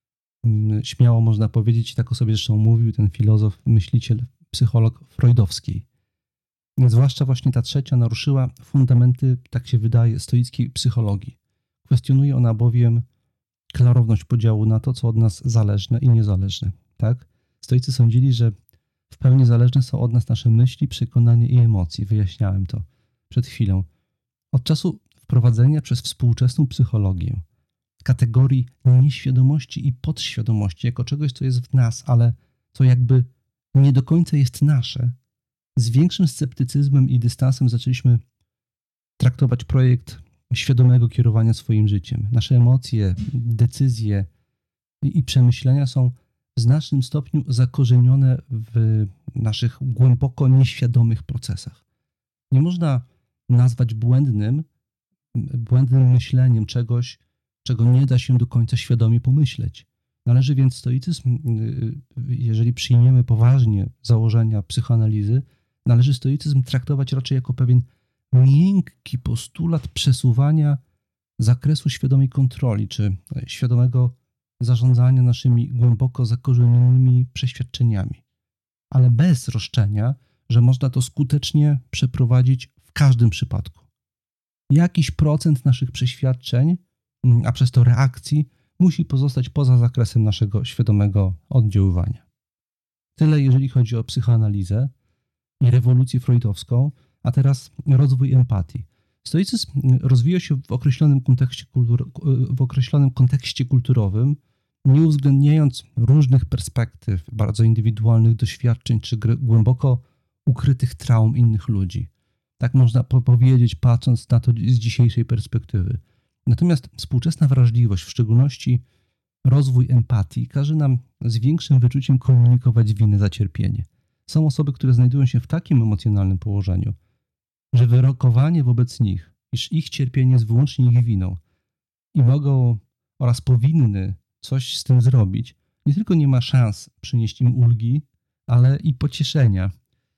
śmiało można powiedzieć, tak o sobie zresztą mówił ten filozof, myśliciel, psycholog freudowskiej. Zwłaszcza właśnie ta trzecia naruszyła fundamenty, tak się wydaje, stoickiej psychologii. Kwestionuje ona bowiem klarowność podziału na to, co od nas zależne i niezależne. Tak? Stoicy sądzili, że w pełni zależne są od nas nasze myśli, przekonania i emocje. Wyjaśniałem to przed chwilą. Od czasu wprowadzenia przez współczesną psychologię kategorii nieświadomości i podświadomości jako czegoś, co jest w nas, ale co jakby nie do końca jest nasze, z większym sceptycyzmem i dystansem zaczęliśmy traktować projekt świadomego kierowania swoim życiem. Nasze emocje, decyzje i przemyślenia są w znacznym stopniu zakorzenione w naszych głęboko nieświadomych procesach. Nie można nazwać błędnym, błędnym myśleniem czegoś, czego nie da się do końca świadomie pomyśleć. Należy więc stoicyzm, jeżeli przyjmiemy poważnie założenia psychoanalizy, należy stoicyzm traktować raczej jako pewien miękki postulat przesuwania zakresu świadomej kontroli, czy świadomego zarządzania naszymi głęboko zakorzenionymi przeświadczeniami, ale bez roszczenia, że można to skutecznie przeprowadzić w każdym przypadku. Jakiś procent naszych przeświadczeń, a przez to reakcji, musi pozostać poza zakresem naszego świadomego oddziaływania. Tyle jeżeli chodzi o psychoanalizę i rewolucję freudowską, a teraz rozwój empatii. Stoicyzm rozwijał się w określonym kontekście, kultur, w określonym kontekście kulturowym, nie uwzględniając różnych perspektyw, bardzo indywidualnych doświadczeń czy głęboko ukrytych traum innych ludzi. Tak można powiedzieć, patrząc na to z dzisiejszej perspektywy. Natomiast współczesna wrażliwość, w szczególności rozwój empatii, każe nam z większym wyczuciem komunikować winę za cierpienie. Są osoby, które znajdują się w takim emocjonalnym położeniu, że wyrokowanie wobec nich, iż ich cierpienie jest wyłącznie ich winą i mogą oraz powinny coś z tym zrobić, nie tylko nie ma szans przynieść im ulgi, ale i pocieszenia.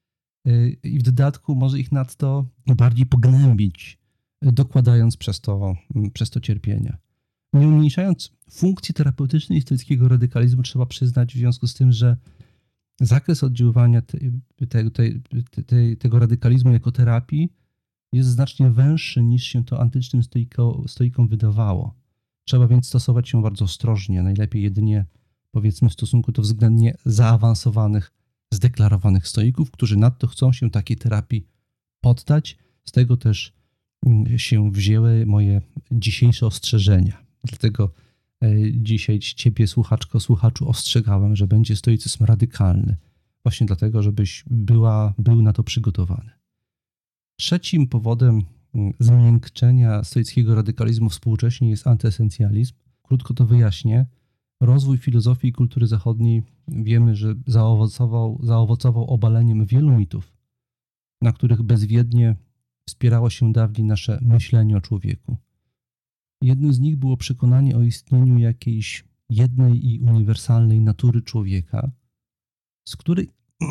I w dodatku może ich nadto bardziej pognębić, dokładając przez to, przez to cierpienia. Nie umniejszając funkcji terapeutycznej stoickiego radykalizmu, trzeba przyznać w związku z tym, że zakres oddziaływania te, te, te, te, tego radykalizmu jako terapii jest znacznie węższy niż się to antycznym stoiko, stoikom wydawało. Trzeba więc stosować się bardzo ostrożnie, najlepiej jedynie powiedzmy w stosunku do względnie zaawansowanych, zdeklarowanych stoików, którzy nadto chcą się takiej terapii poddać. Z tego też się wzięły moje dzisiejsze ostrzeżenia. Dlatego dzisiaj Ciebie, słuchaczko, słuchaczu, ostrzegałem, że będzie stoicyzm radykalny. Właśnie dlatego, żebyś była, był na to przygotowany. Trzecim powodem zmiękczenia stoickiego radykalizmu współcześnie jest antyesencjalizm. Krótko to wyjaśnię. Rozwój filozofii i kultury zachodniej wiemy, że zaowocował, zaowocował obaleniem wielu mitów, na których bezwiednie wspierało się dawniej nasze myślenie o człowieku. Jednym z nich było przekonanie o istnieniu jakiejś jednej i uniwersalnej natury człowieka, z której,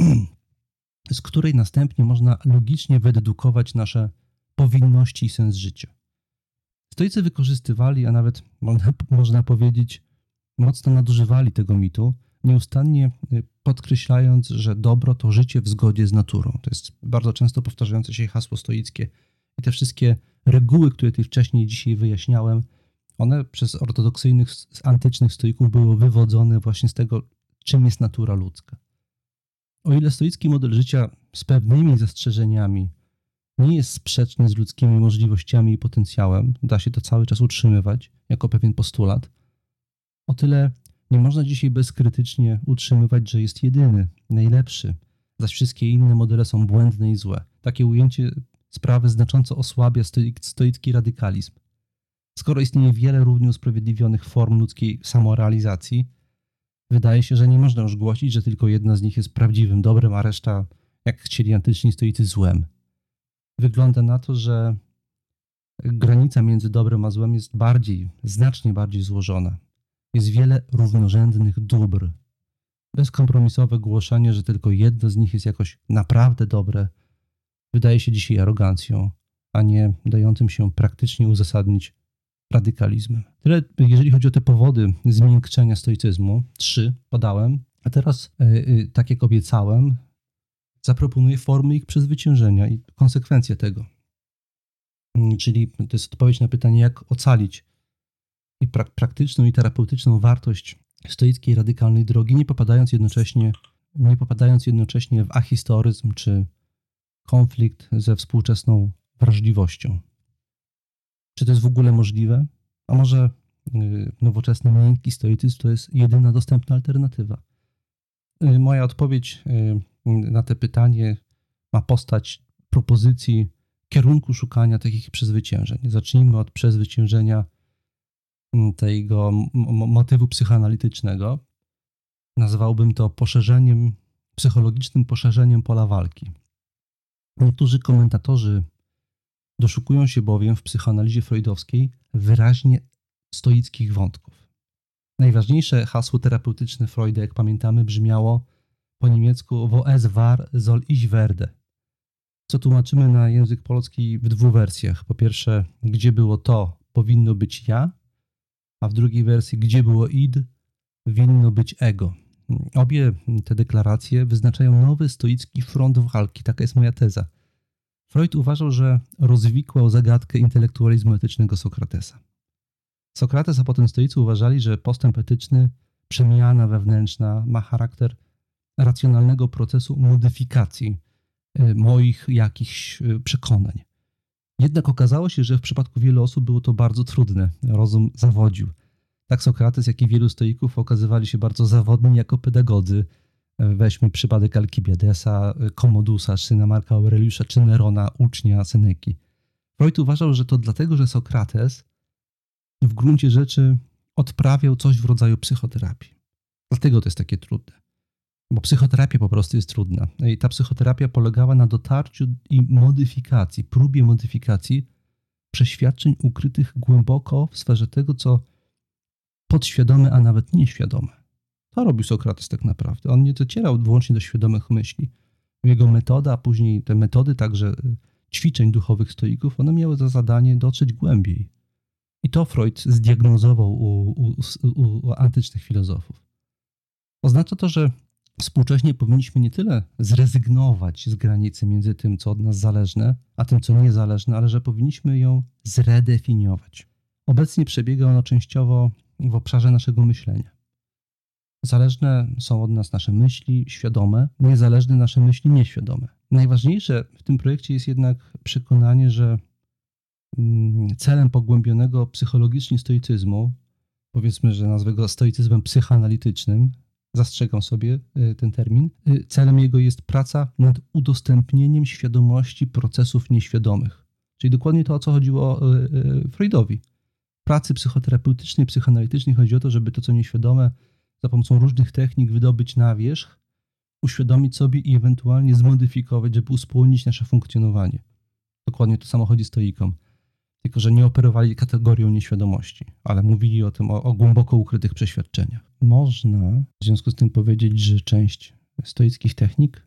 z której następnie można logicznie wydedukować nasze powinności i sens życia. Stoicy wykorzystywali, a nawet można, można powiedzieć, mocno nadużywali tego mitu, nieustannie podkreślając, że dobro to życie w zgodzie z naturą. To jest bardzo często powtarzające się hasło stoickie. I te wszystkie reguły, które tu wcześniej dzisiaj wyjaśniałem, one przez ortodoksyjnych, antycznych stoików były wywodzone właśnie z tego, czym jest natura ludzka. O ile stoicki model życia z pewnymi zastrzeżeniami nie jest sprzeczny z ludzkimi możliwościami i potencjałem, da się to cały czas utrzymywać jako pewien postulat, o tyle nie można dzisiaj bezkrytycznie utrzymywać, że jest jedyny, najlepszy, zaś wszystkie inne modele są błędne i złe. Takie ujęcie sprawy znacząco osłabia stoicki radykalizm. Skoro istnieje wiele równie usprawiedliwionych form ludzkiej samorealizacji, wydaje się, że nie można już głosić, że tylko jedna z nich jest prawdziwym dobrem, a reszta, jak chcieli antyczni stoicy, złem. Wygląda na to, że granica między dobrem a złem jest bardziej, znacznie bardziej złożona. Jest wiele równorzędnych dóbr. Bezkompromisowe głoszenie, że tylko jedno z nich jest jakoś naprawdę dobre, wydaje się dzisiaj arogancją, a nie dającym się praktycznie uzasadnić radykalizmem. Tyle, jeżeli chodzi o te powody zmiękczenia stoicyzmu. Trzy podałem, a teraz, yy, tak jak obiecałem, zaproponuję formy ich przezwyciężenia i konsekwencje tego. Yy, czyli to jest odpowiedź na pytanie, jak ocalić i pra- praktyczną i terapeutyczną wartość stoickiej radykalnej drogi, nie popadając jednocześnie, nie popadając jednocześnie w ahistoryzm czy konflikt ze współczesną wrażliwością. Czy to jest w ogóle możliwe? A może yy, nowoczesny miękki stoicyzm to jest jedyna dostępna alternatywa? Yy, moja odpowiedź yy, na to pytanie ma postać propozycji kierunku szukania takich przezwyciężeń. Zacznijmy od przezwyciężenia tego m- motywu psychoanalitycznego. Nazwałbym to poszerzeniem, psychologicznym poszerzeniem pola walki. Niektórzy komentatorzy doszukują się bowiem w psychoanalizie freudowskiej wyraźnie stoickich wątków. Najważniejsze hasło terapeutyczne Freuda, jak pamiętamy, brzmiało po niemiecku wo es war, soll ich werde, co tłumaczymy na język polski w dwóch wersjach. Po pierwsze, gdzie było to, powinno być ja, a w drugiej wersji, gdzie było id, winno być ego. Obie te deklaracje wyznaczają nowy stoicki front walki. Taka jest moja teza. Freud uważał, że rozwikłał zagadkę intelektualizmu etycznego Sokratesa. Sokrates, a potem stoicy uważali, że postęp etyczny, przemiana wewnętrzna ma charakter racjonalnego procesu modyfikacji moich jakichś przekonań. Jednak okazało się, że w przypadku wielu osób było to bardzo trudne. Rozum zawodził. Tak Sokrates, jak i wielu stoików okazywali się bardzo zawodni jako pedagodzy. Weźmy przypadek Alkibiadesa, Komodusa, syna Marka Aureliusza, czy Nerona, ucznia Seneki. Freud uważał, że to dlatego, że Sokrates w gruncie rzeczy odprawiał coś w rodzaju psychoterapii. Dlatego to jest takie trudne. Bo psychoterapia po prostu jest trudna. I ta psychoterapia polegała na dotarciu i modyfikacji, próbie modyfikacji przeświadczeń ukrytych głęboko w sferze tego, co podświadome, a nawet nieświadome. To robił Sokrates tak naprawdę. On nie docierał wyłącznie do świadomych myśli. Jego metoda, a później te metody także ćwiczeń duchowych stoików, one miały za zadanie dotrzeć głębiej. I to Freud zdiagnozował u, u, u, u antycznych filozofów. Oznacza to, że współcześnie powinniśmy nie tyle zrezygnować z granicy między tym, co od nas zależne, a tym, co niezależne, ale że powinniśmy ją zredefiniować. Obecnie przebiega ono częściowo w obszarze naszego myślenia. Zależne są od nas nasze myśli świadome, niezależne nasze myśli nieświadome. Najważniejsze w tym projekcie jest jednak przekonanie, że celem pogłębionego psychologicznie stoicyzmu, powiedzmy, że nazwę go stoicyzmem psychoanalitycznym, zastrzegam sobie ten termin, celem jego jest praca nad udostępnieniem świadomości procesów nieświadomych. Czyli dokładnie to, o co chodziło Freudowi. W pracy psychoterapeutycznej, psychoanalitycznej chodzi o to, żeby to, co nieświadome, za pomocą różnych technik wydobyć na wierzch, uświadomić sobie i ewentualnie zmodyfikować, żeby uspójnić nasze funkcjonowanie. Dokładnie to samo chodzi stoikom. Tylko że nie operowali kategorią nieświadomości, ale mówili o tym, o, o głęboko ukrytych przeświadczeniach. Można w związku z tym powiedzieć, że część stoickich technik,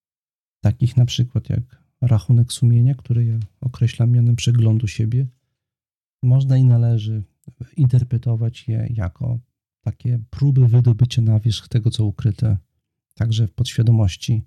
takich na przykład jak rachunek sumienia, który ja określam mianem przeglądu siebie, można i należy interpretować je jako takie próby wydobycia na wierzch tego, co ukryte także w podświadomości,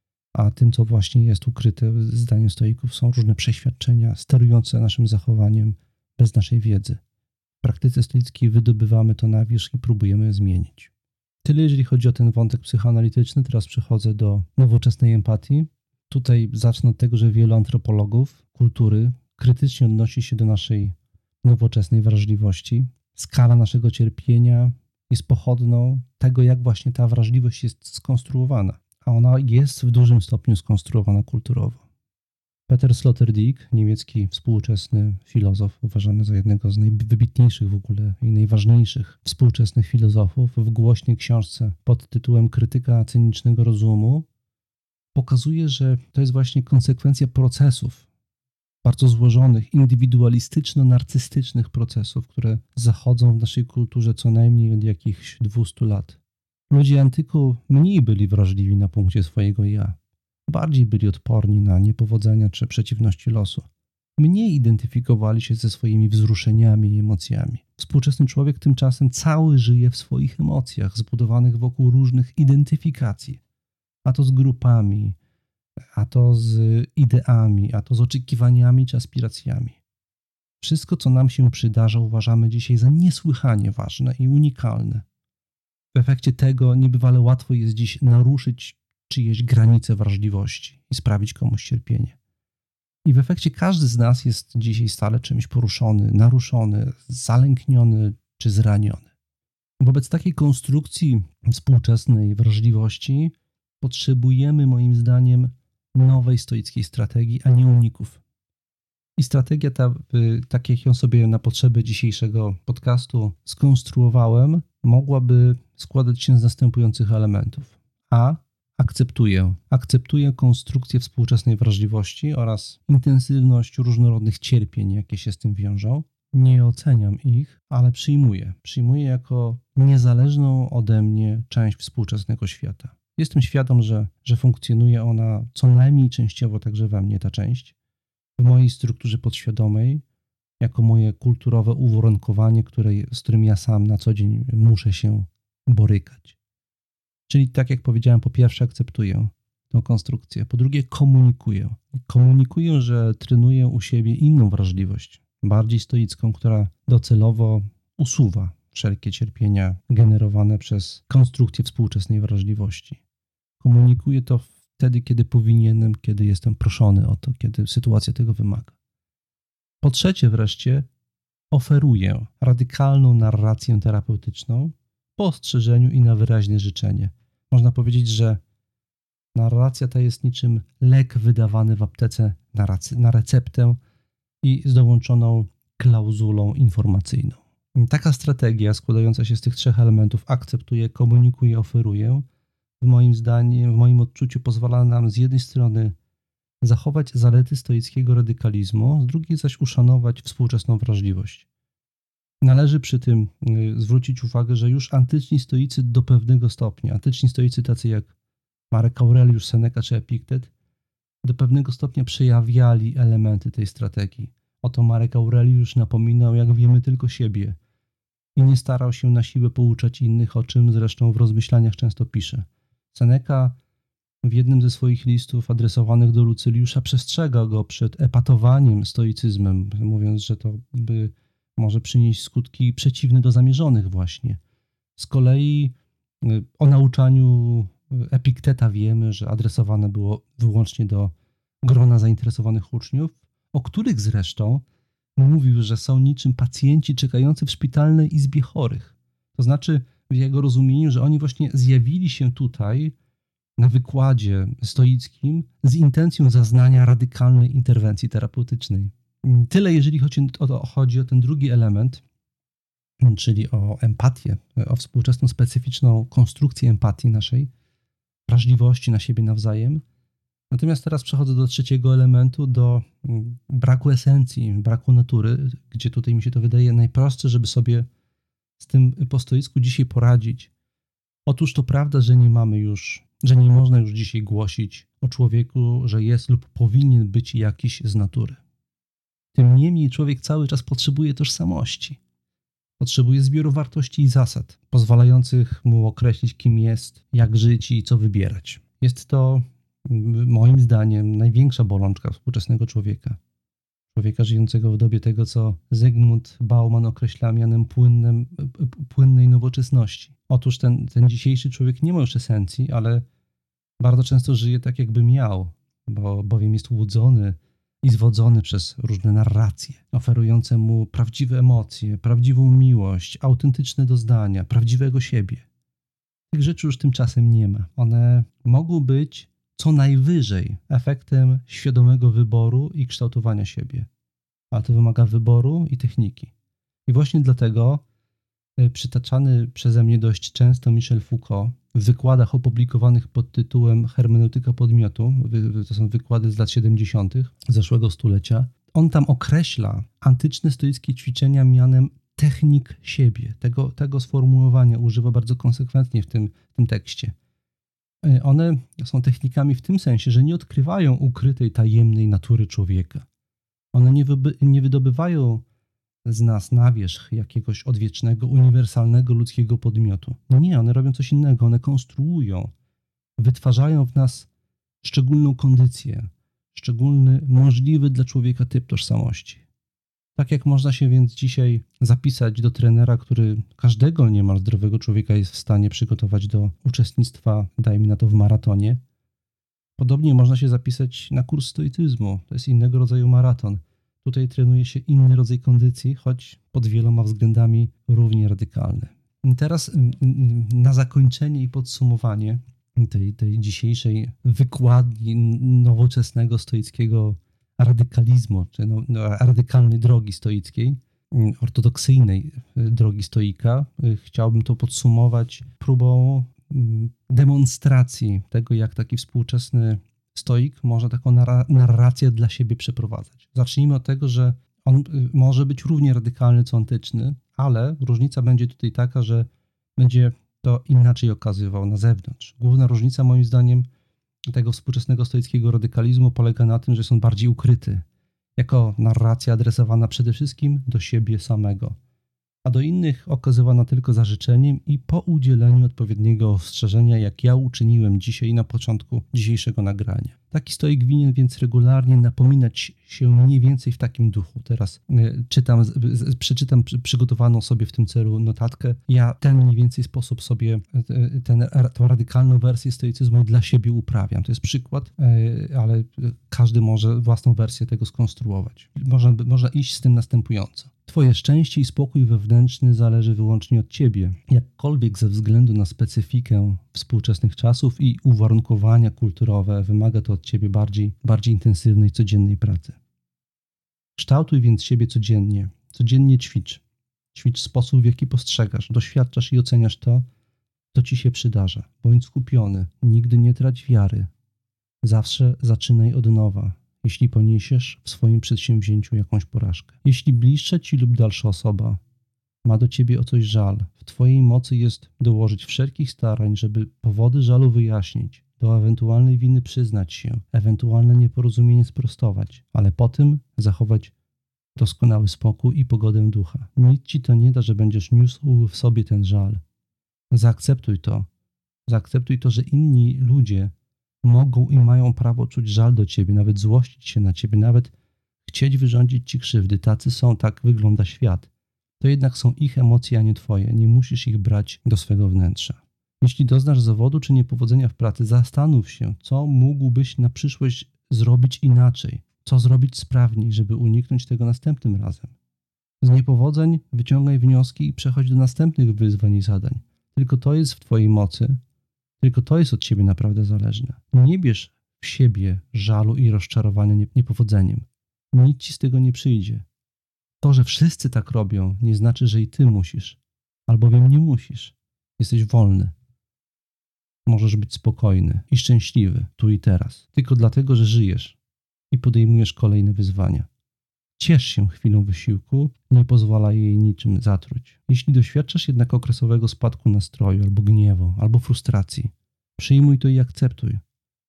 a tym, co właśnie jest ukryte, zdaniem stoików, są różne przeświadczenia sterujące naszym zachowaniem bez naszej wiedzy. W praktyce stoickiej wydobywamy to na wierzch i próbujemy je zmienić. Tyle, jeżeli chodzi o ten wątek psychoanalityczny. Teraz przechodzę do nowoczesnej empatii. Tutaj zacznę od tego, że wielu antropologów kultury krytycznie odnosi się do naszej nowoczesnej wrażliwości. Skala naszego cierpienia jest pochodną tego, jak właśnie ta wrażliwość jest skonstruowana. A ona jest w dużym stopniu skonstruowana kulturowo. Peter Sloterdijk, niemiecki współczesny filozof, uważany za jednego z najwybitniejszych w ogóle i najważniejszych współczesnych filozofów, w głośnej książce pod tytułem Krytyka cynicznego rozumu, pokazuje, że to jest właśnie konsekwencja procesów, bardzo złożonych, indywidualistyczno-narcystycznych procesów, które zachodzą w naszej kulturze co najmniej od jakichś dwustu lat. Ludzie antyku mniej byli wrażliwi na punkcie swojego ja. Bardziej byli odporni na niepowodzenia czy przeciwności losu. Mniej identyfikowali się ze swoimi wzruszeniami i emocjami. Współczesny człowiek tymczasem cały żyje w swoich emocjach, zbudowanych wokół różnych identyfikacji. A to z grupami, a to z ideami, a to z oczekiwaniami czy aspiracjami. Wszystko, co nam się przydarza, uważamy dzisiaj za niesłychanie ważne i unikalne. W efekcie tego niebywale łatwo jest dziś naruszyć czyjeś granice wrażliwości i sprawić komuś cierpienie. I w efekcie każdy z nas jest dzisiaj stale czymś poruszony, naruszony, zalękniony czy zraniony. Wobec takiej konstrukcji współczesnej wrażliwości potrzebujemy, moim zdaniem, nowej stoickiej strategii, a nie uników. I strategia ta, tak jak ją sobie na potrzeby dzisiejszego podcastu skonstruowałem, mogłaby składać się z następujących elementów. A. Akceptuję. Akceptuję konstrukcję współczesnej wrażliwości oraz intensywność różnorodnych cierpień, jakie się z tym wiążą. Nie oceniam ich, ale przyjmuję. Przyjmuję jako niezależną ode mnie część współczesnego świata. Jestem świadom, że, że funkcjonuje ona co najmniej częściowo także we mnie, ta część, w mojej strukturze podświadomej, jako moje kulturowe uwarunkowanie, które, z którym ja sam na co dzień muszę się borykać. Czyli tak jak powiedziałem, po pierwsze akceptuję tą konstrukcję, po drugie komunikuję. Komunikuję, że trenuję u siebie inną wrażliwość, bardziej stoicką, która docelowo usuwa wszelkie cierpienia generowane przez konstrukcję współczesnej wrażliwości. Komunikuję to wtedy, kiedy powinienem, kiedy jestem proszony o to, kiedy sytuacja tego wymaga. Po trzecie wreszcie oferuję radykalną narrację terapeutyczną po ostrzeżeniu i na wyraźne życzenie. Można powiedzieć, że narracja ta jest niczym lek wydawany w aptece na, rac- na receptę i z dołączoną klauzulą informacyjną. Taka strategia składająca się z tych trzech elementów akceptuje, komunikuje, oferuje, w moim zdaniem, w moim odczuciu pozwala nam z jednej strony zachować zalety stoickiego radykalizmu, z drugiej zaś uszanować współczesną wrażliwość. Należy przy tym zwrócić uwagę, że już antyczni stoicy do pewnego stopnia, antyczni stoicy tacy jak Marek Aureliusz, Seneca czy Epiktet, do pewnego stopnia przejawiali elementy tej strategii. Oto Marek Aureliusz napominał, jak wiemy, tylko siebie i nie starał się na siłę pouczać innych, o czym zresztą w rozmyślaniach często pisze. Seneca w jednym ze swoich listów adresowanych do Lucyliusza przestrzega go przed epatowaniem stoicyzmem, mówiąc, że to by może przynieść skutki przeciwne do zamierzonych właśnie. Z kolei o nauczaniu Epikteta wiemy, że adresowane było wyłącznie do grona zainteresowanych uczniów, o których zresztą mówił, że są niczym pacjenci czekający w szpitalnej izbie chorych. To znaczy w jego rozumieniu, że oni właśnie zjawili się tutaj na wykładzie stoickim z intencją zaznania radykalnej interwencji terapeutycznej. Tyle, jeżeli chodzi o, chodzi o ten drugi element, czyli o empatię, o współczesną specyficzną konstrukcję empatii naszej, wrażliwości na siebie nawzajem. Natomiast teraz przechodzę do trzeciego elementu, do braku esencji, braku natury, gdzie tutaj mi się to wydaje najprostsze, żeby sobie z tym po stoicku dzisiaj poradzić. Otóż to prawda, że nie mamy już, że nie można już dzisiaj głosić o człowieku, że jest lub powinien być jakiś z natury. Tym niemniej człowiek cały czas potrzebuje tożsamości. Potrzebuje zbioru wartości i zasad, pozwalających mu określić, kim jest, jak żyć i co wybierać. Jest to, moim zdaniem, największa bolączka współczesnego człowieka. Człowieka żyjącego w dobie tego, co Zygmunt Bauman określa mianem płynnym, płynnej nowoczesności. Otóż ten, ten dzisiejszy człowiek nie ma już esencji, ale bardzo często żyje tak, jakby miał, bo, bowiem jest łudzony i zwodzony przez różne narracje, oferujące mu prawdziwe emocje, prawdziwą miłość, autentyczne doznania, prawdziwego siebie. Tych rzeczy już tymczasem nie ma. One mogą być co najwyżej efektem świadomego wyboru i kształtowania siebie. Ale to wymaga wyboru i techniki. I właśnie dlatego przytaczany przeze mnie dość często Michel Foucault w wykładach opublikowanych pod tytułem Hermeneutyka podmiotu, to są wykłady z lat siedemdziesiątych zeszłego stulecia, on tam określa antyczne stoickie ćwiczenia mianem technik siebie. Tego, tego sformułowania używa bardzo konsekwentnie w tym, w tym tekście. One są technikami w tym sensie, że nie odkrywają ukrytej, tajemnej natury człowieka. One nie, wy, nie wydobywają z nas na wierzch jakiegoś odwiecznego, uniwersalnego ludzkiego podmiotu. Nie, one robią coś innego. One konstruują, wytwarzają w nas szczególną kondycję, szczególny, możliwy dla człowieka typ tożsamości. Tak jak można się więc dzisiaj zapisać do trenera, który każdego niemal zdrowego człowieka jest w stanie przygotować do uczestnictwa, dajmy na to, w maratonie, podobnie można się zapisać na kurs stoicyzmu. To jest innego rodzaju maraton. Tutaj trenuje się inny rodzaj kondycji, choć pod wieloma względami równie radykalny. I teraz na zakończenie i podsumowanie tej, tej dzisiejszej wykładni nowoczesnego stoickiego radykalizmu, czy no, no, radykalnej drogi stoickiej, ortodoksyjnej drogi stoika, chciałbym to podsumować próbą demonstracji tego, jak taki współczesny stoik może taką narrację dla siebie przeprowadzać. Zacznijmy od tego, że on może być równie radykalny co antyczny, ale różnica będzie tutaj taka, że będzie to inaczej okazywał na zewnątrz. Główna różnica, moim zdaniem, tego współczesnego stoickiego radykalizmu polega na tym, że jest on bardziej ukryty, jako narracja adresowana przede wszystkim do siebie samego. a do innych okazywana tylko za życzeniem i po udzieleniu odpowiedniego ostrzeżenia, jak ja uczyniłem dzisiaj na początku dzisiejszego nagrania. Taki stoik winien więc regularnie napominać się mniej więcej w takim duchu. Teraz y, czytam, y, przeczytam przy, przygotowaną sobie w tym celu notatkę. Ja ten mniej więcej sposób sobie, y, ten, tą radykalną wersję stoicyzmu dla siebie uprawiam. To jest przykład, y, ale każdy może własną wersję tego skonstruować. Można, można iść z tym następująco. Twoje szczęście i spokój wewnętrzny zależy wyłącznie od ciebie. Jakkolwiek ze względu na specyfikę współczesnych czasów i uwarunkowania kulturowe wymaga to od ciebie bardziej, bardziej intensywnej, codziennej pracy. Kształtuj więc siebie codziennie. Codziennie ćwicz. Ćwicz sposób, w jaki postrzegasz, doświadczasz i oceniasz to, co ci się przydarza. Bądź skupiony. Nigdy nie trać wiary. Zawsze zaczynaj od nowa, jeśli poniesiesz w swoim przedsięwzięciu jakąś porażkę. Jeśli bliższa ci lub dalsza osoba ma do ciebie o coś żal, w twojej mocy jest dołożyć wszelkich starań, żeby powody żalu wyjaśnić, do ewentualnej winy przyznać się, ewentualne nieporozumienie sprostować, ale po tym zachować doskonały spokój i pogodę ducha. Nic ci to nie da, że będziesz niósł w sobie ten żal. Zaakceptuj to. Zaakceptuj to, że inni ludzie mogą i mają prawo czuć żal do ciebie, nawet złościć się na ciebie, nawet chcieć wyrządzić ci krzywdy. Tacy są, tak wygląda świat. To jednak są ich emocje, a nie twoje. Nie musisz ich brać do swego wnętrza. Jeśli doznasz zawodu czy niepowodzenia w pracy, zastanów się, co mógłbyś na przyszłość zrobić inaczej, co zrobić sprawniej, żeby uniknąć tego następnym razem. Z niepowodzeń wyciągaj wnioski i przechodź do następnych wyzwań i zadań. Tylko to jest w twojej mocy. Tylko to jest od ciebie naprawdę zależne. Nie bierz w siebie żalu i rozczarowania niepowodzeniem. Nic ci z tego nie przyjdzie. To, że wszyscy tak robią, nie znaczy, że i ty musisz. Albowiem nie musisz. Jesteś wolny. Możesz być spokojny i szczęśliwy tu i teraz. Tylko dlatego, że żyjesz i podejmujesz kolejne wyzwania. Ciesz się chwilą wysiłku, nie pozwalaj jej niczym zatruć. Jeśli doświadczasz jednak okresowego spadku nastroju, albo gniewu, albo frustracji, przyjmuj to i akceptuj.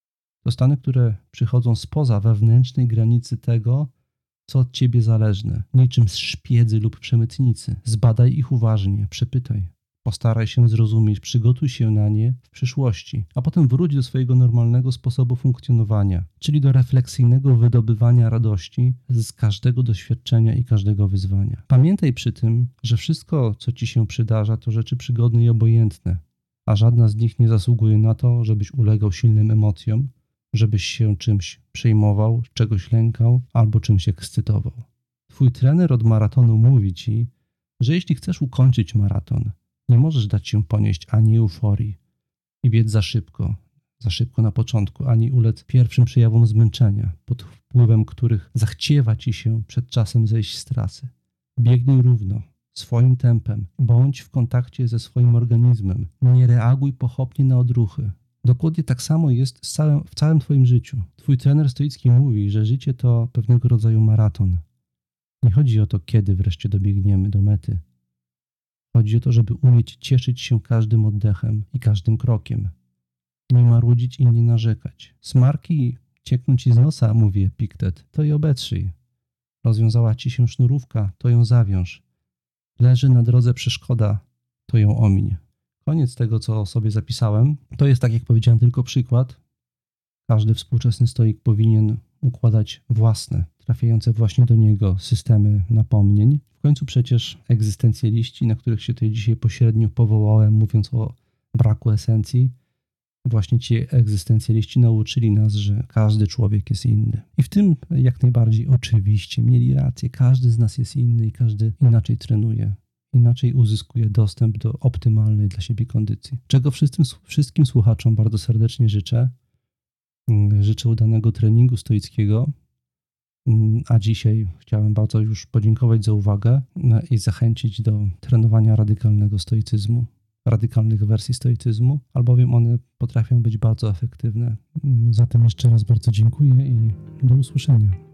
To stany, które przychodzą spoza wewnętrznej granicy tego, co od ciebie zależne, niczym z szpiedzy lub przemytnicy. Zbadaj ich uważnie, przepytaj. Postaraj się zrozumieć, przygotuj się na nie w przyszłości, a potem wróć do swojego normalnego sposobu funkcjonowania, czyli do refleksyjnego wydobywania radości z każdego doświadczenia i każdego wyzwania. Pamiętaj przy tym, że wszystko, co ci się przydarza, to rzeczy przygodne i obojętne, a żadna z nich nie zasługuje na to, żebyś ulegał silnym emocjom, żebyś się czymś przejmował, czegoś lękał albo czymś ekscytował. Twój trener od maratonu mówi ci, że jeśli chcesz ukończyć maraton, nie możesz dać się ponieść ani euforii i biec za szybko, za szybko na początku, ani ulec pierwszym przejawom zmęczenia, pod wpływem których zachciewa ci się przed czasem zejść z trasy. Biegnij równo, swoim tempem, bądź w kontakcie ze swoim organizmem, nie reaguj pochopnie na odruchy. Dokładnie tak samo jest z całym, w całym twoim życiu. Twój trener stoicki mówi, że życie to pewnego rodzaju maraton. Nie chodzi o to, kiedy wreszcie dobiegniemy do mety. Chodzi o to, żeby umieć cieszyć się każdym oddechem i każdym krokiem. Nie marudzić i nie narzekać. Smarki ciekną ci z nosa, mówi Epiktet, to i obetrzyj. Rozwiązała ci się sznurówka, to ją zawiąż. Leży na drodze przeszkoda, to ją omiń. Koniec tego, co sobie zapisałem. To jest, tak jak powiedziałem, tylko przykład. Każdy współczesny stoik powinien układać własne, trafiające właśnie do niego systemy napomnień. W końcu przecież egzystencjaliści, na których się tutaj dzisiaj pośrednio powołałem, mówiąc o braku esencji, właśnie ci egzystencjaliści nauczyli nas, że każdy człowiek jest inny. I w tym jak najbardziej oczywiście mieli rację. Każdy z nas jest inny i każdy inaczej trenuje. Inaczej uzyskuje dostęp do optymalnej dla siebie kondycji. Czego wszystkim, wszystkim słuchaczom bardzo serdecznie życzę. Życzę udanego treningu stoickiego, a dzisiaj chciałem bardzo już podziękować za uwagę i zachęcić do trenowania radykalnego stoicyzmu, radykalnych wersji stoicyzmu, albowiem one potrafią być bardzo efektywne. Zatem jeszcze raz bardzo dziękuję i do usłyszenia.